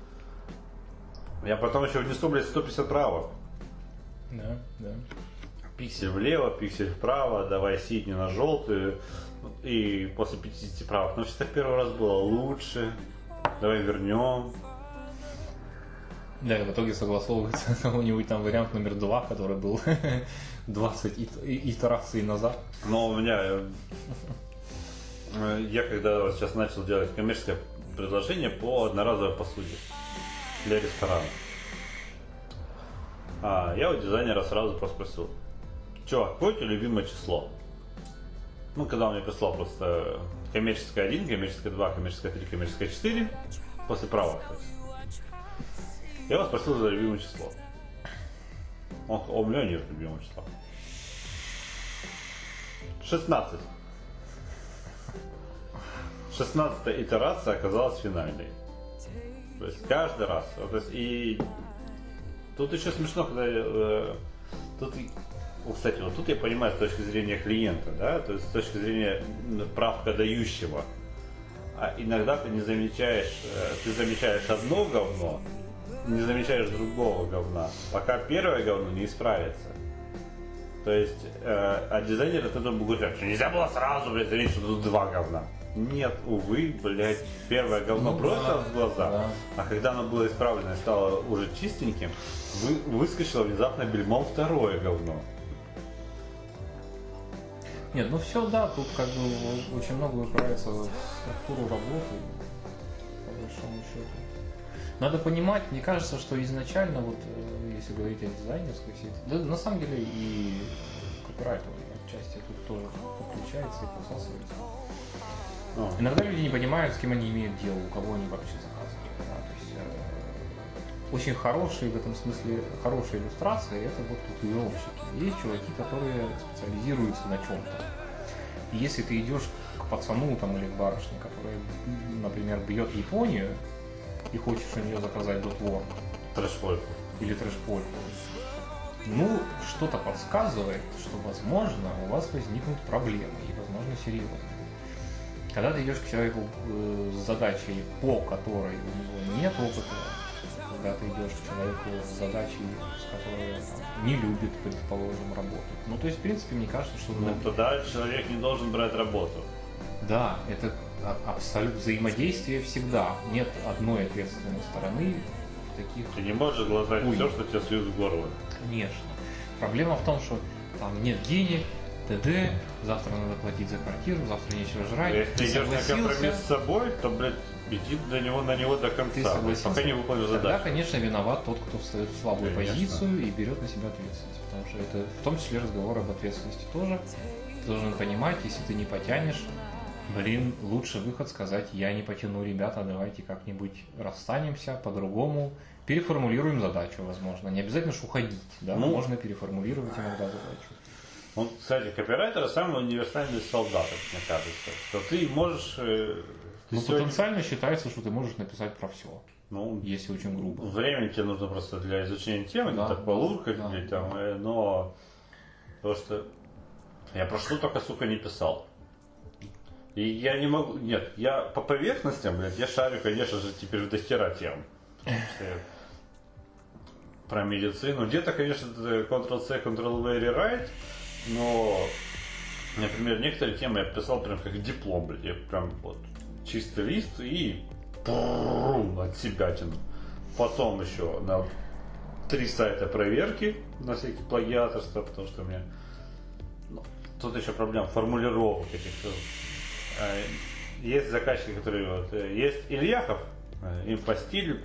Я потом еще внесу, блядь, 150 правок. Да. Пиксель влево, пиксель вправо, давай синюю на желтую. И после 50 правок. Ну, что в первый раз было лучше. Давай вернем. Да, и в итоге согласовывается какой-нибудь там вариант номер 2, который был 20 итераций назад. Но у меня... Я когда вот сейчас начал делать коммерческое предложение по одноразовой посуде для ресторана. Я у дизайнера сразу просто спросил: чувак, какое у тебя любимое число? Ну, когда он мне прислал просто коммерческое 1, коммерческое 2, коммерческое 3, коммерческое 4, после правок. Я его спросил за любимое число. У меня нет любимого числа. 16. 16-я итерация оказалась финальной. То есть каждый раз. То есть, и тут еще смешно, когда кстати, вот тут я понимаю с точки зрения клиента, да, то есть с точки зрения правкодающего. А иногда ты не замечаешь, ты замечаешь одно говно, не замечаешь другого говна, пока первое говно не исправится. То есть, дизайнер это тоже будет говорить, что нельзя было сразу, блядь, заметить, что тут два говна. Нет, увы, блядь, первое говно бросилось в глаза, а когда оно было исправлено и стало уже чистеньким, выскочило внезапно бельмом второе говно. Нет, ну все, да, тут как бы очень много упирается в структуру работы, по большому счету. Надо понимать, мне кажется, что изначально, вот если говорить о дизайнерской сети, да, на самом деле и копирайтовой отчасти тут тоже подключается и посасывается. Иногда люди не понимают, с кем они имеют дело, у кого они вообще заказывают. Да? То есть очень хорошие в этом смысле, хорошие иллюстрации, это вот татуировщики. Есть чуваки, которые специализируются на чем-то. И если ты идешь к пацану там, или к барышне, которая, например, бьет Японию, и хочешь у нее заказать дотворк. Трэш-польку. Или трэш-польку. Ну, что-то подсказывает, что, возможно, у вас возникнут проблемы, и, возможно, серьезные. Когда ты идешь к человеку с задачей, по которой у него нет опыта, когда ты идешь к человеку с задачей, с которой там, не любит, предположим, работать. Ну, то есть, в принципе, мне кажется, что... Ну, тогда человек не должен брать работу. Да, это абсолютно взаимодействие всегда. Нет одной ответственной стороны в таких... Ты не можешь глотать все, что тебе суют в горло. Конечно. Проблема в том, что там нет денег, т.д., завтра надо платить за квартиру, завтра нечего жрать. Если ты идешь на компромисс с собой, то, блядь, иди на него до конца, пока не выполнишь задачу. Тогда, конечно, виноват тот, кто встает в слабую Конечно. позицию и берет на себя ответственность. Потому что это в том числе разговор об ответственности тоже. Ты должен понимать, если ты не потянешь, лучше выход сказать: я не потяну, ребята, давайте как-нибудь расстанемся по-другому, переформулируем задачу, возможно. Не обязательно ж уходить, да, можно переформулировать иногда задачу. Он, кстати, копирайтер самый универсальный солдат, мне кажется, что ты можешь... потенциально считается, что ты можешь написать про все. Ну, если очень грубо. Времени тебе нужно просто для изучения темы, да, так полуркать, да. Но потому что я про что только, сука, не писал. И я не могу... Нет, я по поверхностям, блядь, я шарю, конечно же, теперь до хера тем. Про медицину. Где-то, конечно, Ctrl-C, Ctrl-V, Rewrite, но, например, некоторые темы я писал прям как диплом, блядь. Я прям вот чистый лист и от себя тяну. Потом еще на 3 сайта проверки на всякие плагиаторства, потому что у меня... Тут еще проблема формулировок этих. Есть заказчики, которые вот, есть Ильяхов, инфостиль,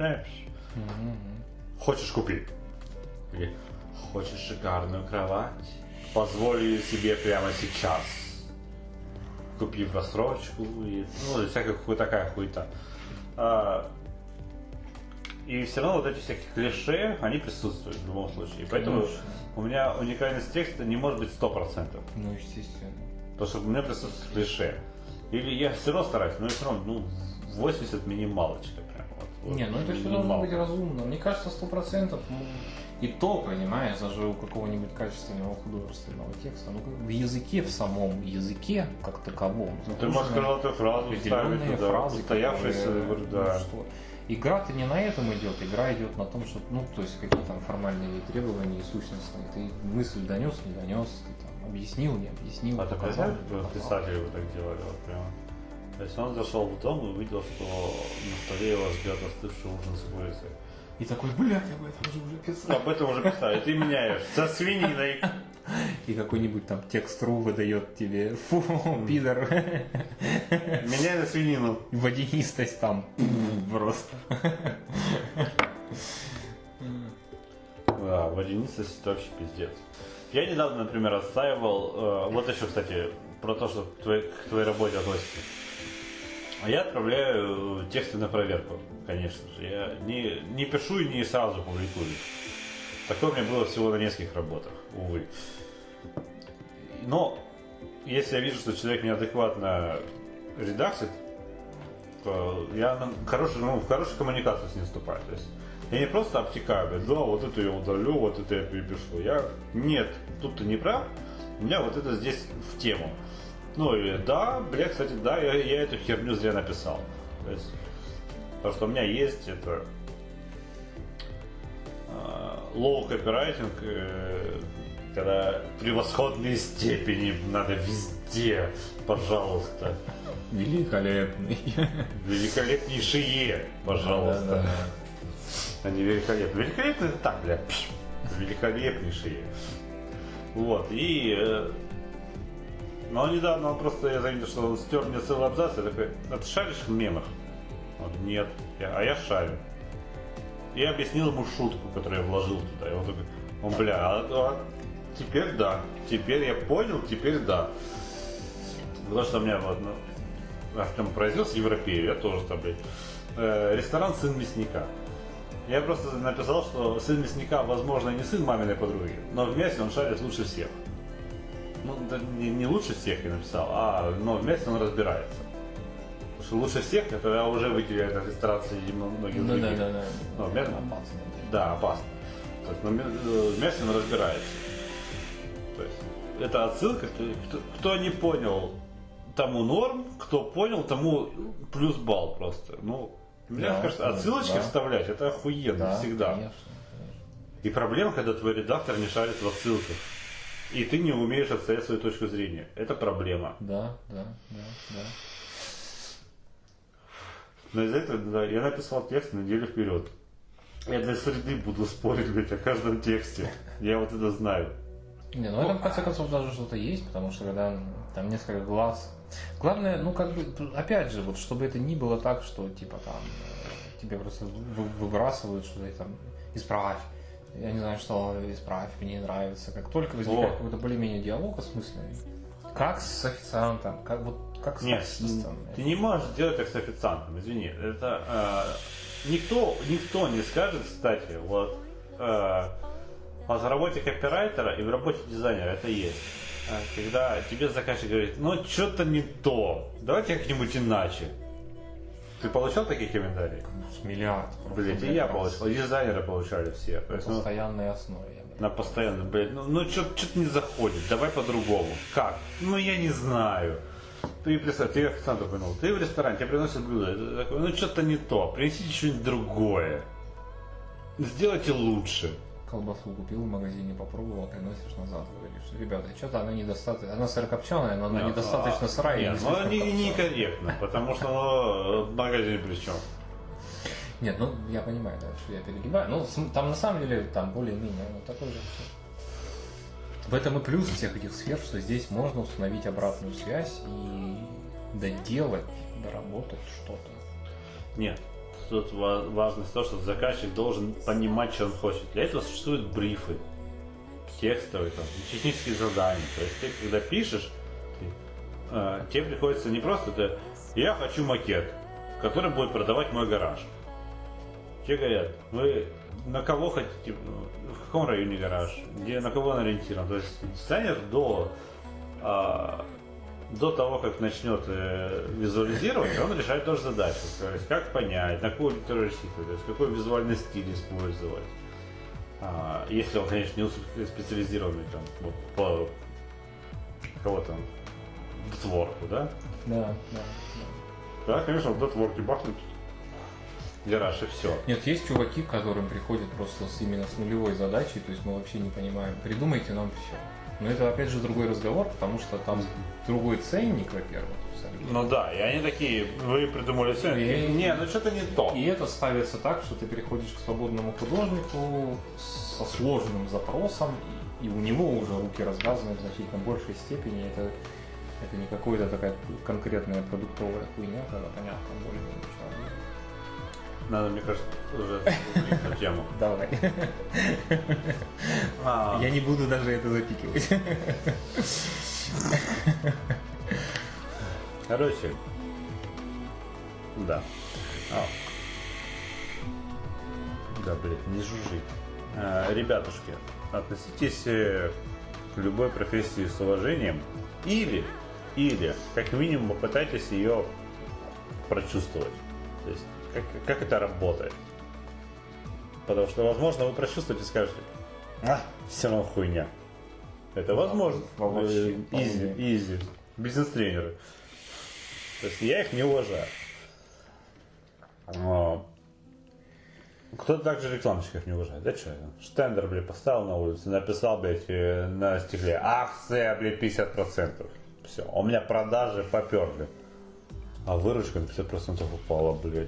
хочешь купить? Или хочешь шикарную кровать? Позволю себе прямо сейчас. Купи в рассрочку, и, всякая такая хуйта. И все равно вот эти всякие клише, они присутствуют в любом случае. Поэтому у меня уникальность текста не может быть 100%. Ну, естественно. Потому что у меня присутствует клише. Или я все равно стараюсь, но все равно 80 минималочка прям. Вот, не, это все должно быть разумно. Мне кажется, 100%. И то, понимаешь, даже у какого-нибудь качественного художественного текста, в языке, в самом языке, как таковом. Ты можешь крылатую фразу ставить туда, фразы, устоявшиеся, да. Игра-то не на этом идет, игра идет на том, что, то есть какие там формальные требования и сущностные. Ты мысль донес, не донес, ты там объяснил, не объяснил. А такой, знаешь, писатели вот так делали вот прямо. То есть он зашел в дом и увидел, что на столе его ждет остывший ужин с курицей. И такой, блядь, об этом же уже писали. Об этом уже писали, ты меняешь со свининой. И какой-нибудь там текст.ру выдает тебе: фу, пидор. Меняй на свинину. Водянистость там просто. Да, водянистость это вообще пиздец. Я недавно, например, отстаивал, вот еще, кстати, про то, что к твоей работе относится. Я отправляю тексты на проверку, конечно же. Я не пишу и не сразу публикую. Такое у меня было всего на нескольких работах, увы. Но если я вижу, что человек неадекватно редактит, то я в хорошую коммуникацию с ним вступаю. То есть я не просто обтекаю, говорю: да, вот это я удалю, вот это я перепишу. Нет, тут ты не прав, у меня вот это здесь в тему. Или да, кстати, да, я эту херню зря написал. То есть, потому что у меня есть это low copywriting, когда превосходные степени надо везде, пожалуйста. Великолепный. Великолепнейшие, пожалуйста. Да. Они великолепные. Великолепные это так, великолепнейшие. Вот, но недавно я заметил, что он стер мне целый абзац, я такой: а ты шаришь в мемах? Он: нет, я шарю. И объяснил ему шутку, которую я вложил туда. И он такой: теперь да, теперь я понял, теперь да. Потому что у меня Артем произнес европею, я тоже там, ресторан «Сын мясника». Я просто написал, что сын мясника, возможно, не сын маминой подруги, но в мясе он шарит лучше всех. Не лучше всех я написал, но в мясе он разбирается. Потому что лучше всех, это я уже выделяю этот ресторан среди многих других. Но в мясе опасно. Да, опасно. То есть, в мясе он разбирается. То есть, это отсылка, кто не понял, тому норм, кто понял, тому плюс балл просто. Мне Да, кажется, отсылочки да. вставлять это охуенно Да, всегда. конечно. И проблема, когда твой редактор не шарит в отсылках. И ты не умеешь отстоять свою точку зрения. Это проблема. Да. Но из-за этого, да, я написал текст на неделю вперед. Я для среды буду спорить, блядь, о каждом тексте. Я вот это знаю. Не, ну это в конце концов даже что-то есть, потому что когда там несколько глаз. Главное, ну как бы, опять же, вот чтобы это не было так, что типа там тебе просто выбрасывают что-то там, исправь. Я не знаю, что исправь, мне не нравится. Как только возникает какой-то более-менее диалог осмысленный, как с официантом, как с Нет, таксистом. ты не можешь сделать так с официантом, извини. Это никто не скажет, кстати, вот в работе копирайтера и в работе дизайнера это есть. Когда тебе заказчик говорит, ну что-то не то, давайте как-нибудь иначе. Ты получал такие комментарии? Миллиард. Блять, и я получал, и дизайнеры получали все. То На есть, постоянной основе. на постоянно, блядь, ну что-то не заходит, давай по-другому. Как? Ну я не знаю. Ты представь, ты официанту понял, ты в ресторане, тебе приносят блюдо, и ты такой, ну что-то не то, принесите что-нибудь другое. Сделайте лучше. Колбасу купил в магазине, попробовал, приносишь назад, говоришь, ребята, что-то она недостаточно, она сырокопченая, но она недостаточно сырая. Нет, ну некорректно, потому что оно в магазине при чем. Нет, ну я понимаю, да, что я перегибаю. Ну, там на самом деле там более-менее ну, такой же. В этом и плюс всех этих сфер, что здесь можно установить обратную связь и доделать, доработать что-то. Нет, тут важность то, что заказчик должен понимать, что он хочет. Для этого существуют брифы, текстовые, там, технические задания. То есть ты, когда пишешь, тебе приходится не просто я хочу макет, который будет продавать мой гараж. Тебе говорят, вы на кого хотите, в каком районе гараж, на кого он ориентирован. То есть дизайнер до того, как начнет визуализировать, он решает тоже задачу. То есть как понять, на какую аудиторию рассчитывать, то есть какой визуальный стиль использовать. Если он, конечно, не специализированный там, вот, по кого там, дотворку, да? Да. Да, конечно, в дотворке бахнуть гараж и все. Нет, есть чуваки, к которым приходят просто именно с нулевой задачей, то есть мы вообще не понимаем, придумайте нам все. Но это опять же другой разговор, потому что там другой ценник, во-первых. Ну да, и они такие, вы придумали все, не, ну что-то не то. И это ставится так, что ты приходишь к свободному художнику со сложным запросом, и у него уже руки развязаны в значительно большей степени. Это не какая-то такая конкретная продуктовая хуйня, когда понятно более-менее человек. Надо, мне кажется, уже закрыть эту тему. Давай. Я не буду даже это запикивать. Короче, да. Да, блядь, не жужжи. Ребятушки, относитесь к любой профессии с уважением или как минимум попытайтесь ее прочувствовать. То есть как это работает. Потому что, возможно, вы прочувствуете и скажете, все равно хуйня. Это возможно. Изи. Бизнес-тренеры. То есть я их не уважаю. Кто-то также рекламщиков не уважает. Да что? Штендер, блядь, поставил на улице, написал, блядь, на стекле, акция, блядь, 50%. Все, у меня продажи поперли. А выручка на 50% упала, блядь.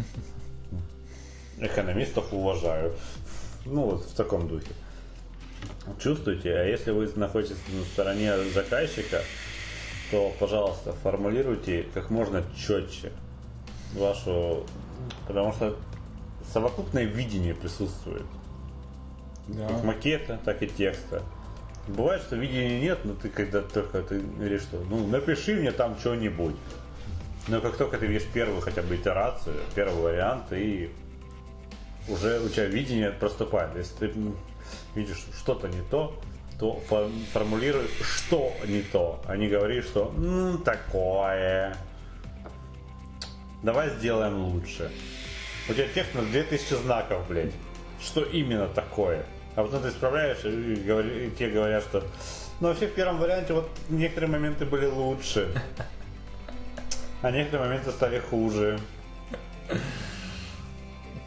Экономистов уважаю. Ну вот в таком духе. Чувствуете, а если вы находитесь на стороне заказчика, то, пожалуйста, формулируйте как можно четче вашу... Потому что совокупное видение присутствует. Да. Как макета, так и текста. Бывает, что видения нет, но ты когда только ты говоришь, что напиши мне там что-нибудь. Но как только ты видишь первую хотя бы итерацию, первый вариант, и уже у тебя видение проступает. Если ты видишь что-то не то формулируй, что не то, а не говори, что такое. Давай сделаем лучше. У тебя текст на 2000 знаков, блядь. Что именно такое? А потом ты исправляешь, и тебе говорят, что вообще в первом варианте вот некоторые моменты были лучше. А некоторые моменты стали хуже.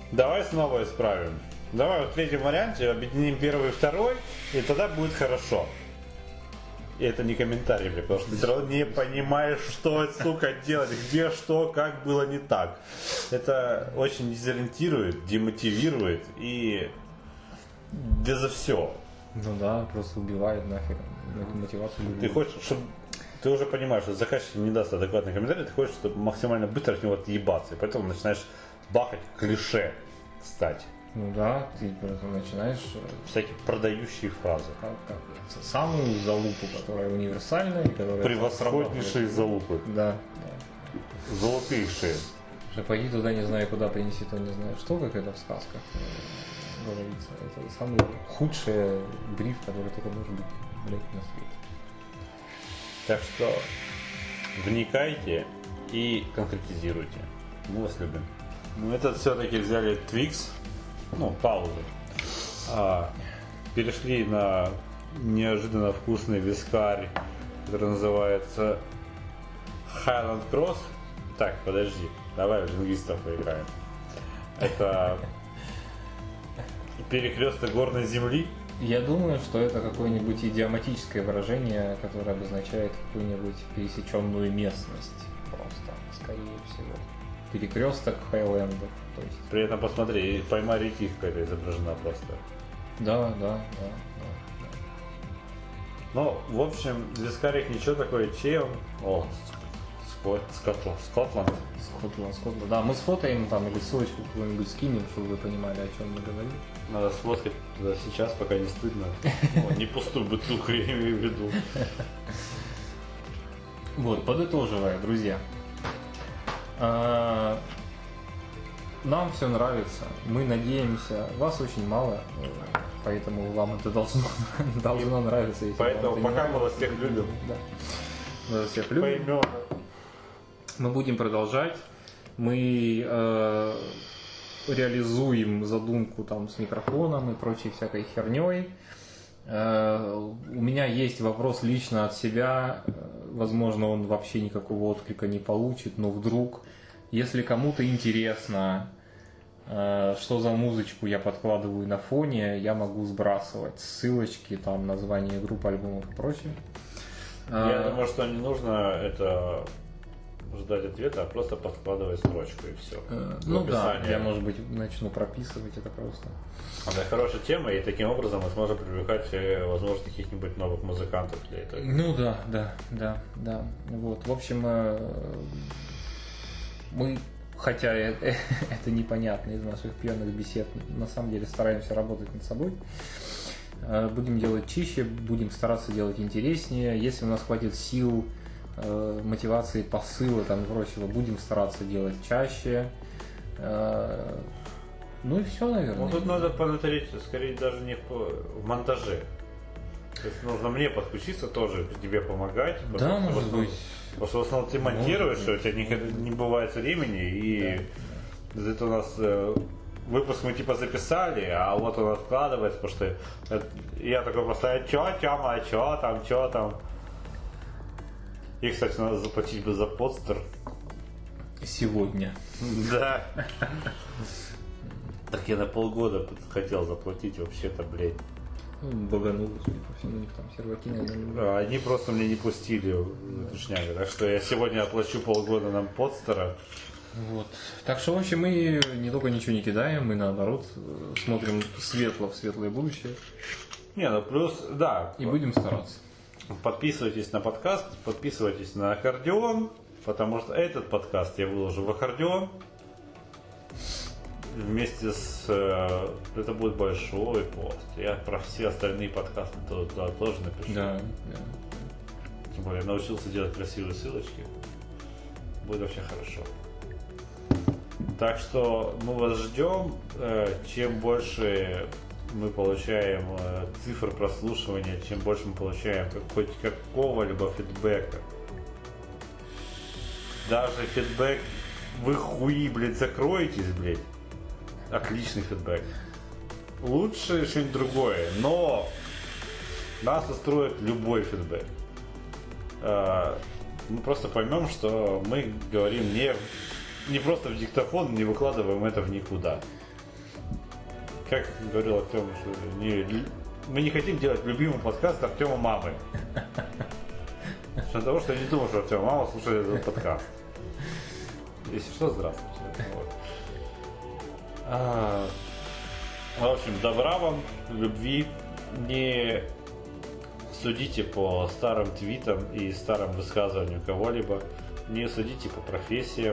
Давай снова исправим. Давай в третьем варианте объединим первый и второй, и тогда будет хорошо. И это не комментарий, бля, потому что ты все равно не понимаешь, что, сука, делать, где, что, как было не так. Это очень дезориентирует, демотивирует и за все. Ну да, просто убивает нахер мотивацию. Ты хочешь, чтобы... Ты уже понимаешь, что заказчик не даст адекватный комментарий, ты хочешь, чтобы максимально быстро от него отъебаться. И поэтому начинаешь бахать клише, кстати. Ну да, ты просто начинаешь Всякие продающие фразы. самую залупу, которая универсальная и которая Превосходнейшие залупы. Да. Золотейшие. Что пойди туда не знаю куда, принеси то не знаю что, как это в сказках говорится. Это самый худший бриф, который только может быть, блядь, на свете. Так что вникайте и конкретизируйте. Мы вас любим. Мы это все-таки взяли Twix, паузу. Перешли на неожиданно вкусный вискарь, который называется Highland Cross. Так, подожди, давай в лингвистов поиграем. Это перекресток горной земли. Я думаю, что это какое-нибудь идиоматическое выражение, которое обозначает какую-нибудь пересеченную местность. Просто, скорее всего. Перекресток Хайлендов. То есть... При этом посмотри, пойма реки какая-то изображена просто. Да. Ну, в общем, вискарик ничего такое, чем... Скотланд. Скотланд. Да, мы сфотаем там или ссылочку какую-нибудь скинем, чтобы вы понимали, о чем мы говорим. Надо сфоткать туда сейчас, пока не стыдно. Не пустую бутылку, я имею в виду. Вот, подытоживая, друзья. Нам все нравится, мы надеемся, вас очень мало, поэтому вам это должно нравиться. Если поэтому пока мы вас всех любим. Да. Мы вас всех любим. Поймем. Мы будем продолжать. Мы реализуем задумку там с микрофоном и прочей всякой херней. У меня есть вопрос лично от себя. Возможно, он вообще никакого отклика не получит, но вдруг, если кому-то интересно, что за музычку я подкладываю на фоне, я могу сбрасывать ссылочки, там, название групп, альбомов и прочее. Я думаю, что не нужно это ждать ответа, а просто подкладывать строчку и все. Ну да, я, может быть, начну прописывать это просто. Это хорошая тема, и таким образом мы сможем привлекать, возможно, каких-нибудь новых музыкантов для этого. Ну да. Вот, в общем, мы, хотя это непонятно из наших пьяных бесед, на самом деле стараемся работать над собой. Будем делать чище, будем стараться делать интереснее. Если у нас хватит сил, мотивации, посыла там и прочего, будем стараться делать чаще. Ну и все, наверное. Ну тут надо поднаторить, скорее даже не в монтаже. То есть нужно мне подключиться тоже, тебе помогать. Да, может быть. Потому что в основном ты монтируешь, у тебя не бывает времени, и это у нас выпуск мы типа записали, а вот он откладывается, потому что я такой просто, чё там. И, кстати, надо заплатить бы за постер. Сегодня. Да. Так я на полгода хотел заплатить вообще-то, блядь. Багануло, судя по всему, у них там серваки, наверное. Они просто мне не пустили эту шнягу. Так что я сегодня оплачу полгода нам подстера. Вот. Так что, в общем, мы не только ничего не кидаем, мы наоборот смотрим светло в светлое будущее. Не, ну плюс, да. И будем стараться. Подписывайтесь на подкаст, подписывайтесь на аккордеон, потому что этот подкаст я выложу в аккордеон. Вместе с... Это будет большой пост. Я про все остальные подкасты туда тоже напишу. Да. Тем более я научился делать красивые ссылочки. Будет вообще хорошо. Так что мы вас ждем. Чем больше мы получаем цифр прослушивания, чем больше мы получаем хоть какого-либо фидбэка. Даже фидбэк, вы хуи, блядь, закроетесь, блядь. Отличный фидбэк. Лучше что-нибудь другое, но нас устроит любой фидбэк. Мы просто поймем, что мы говорим не просто в диктофон, не выкладываем это в никуда. как говорил Артем, что мы не хотим делать любимый подкаст Артема мамы. Потому что я не думаю, что Артема мама слушает этот подкаст. Если что, здравствуйте. Вот. В общем, добра вам, любви. Не судите по старым твитам и старым высказываниям кого-либо. Не судите по профессиям.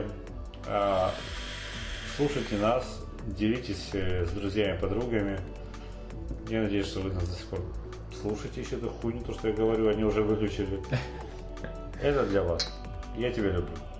Слушайте нас, делитесь с друзьями, подругами. Я надеюсь, что вы нас до сих пор слушаете еще эту хуйню, то, что я говорю, они уже выключили. Это для вас. Я тебя люблю.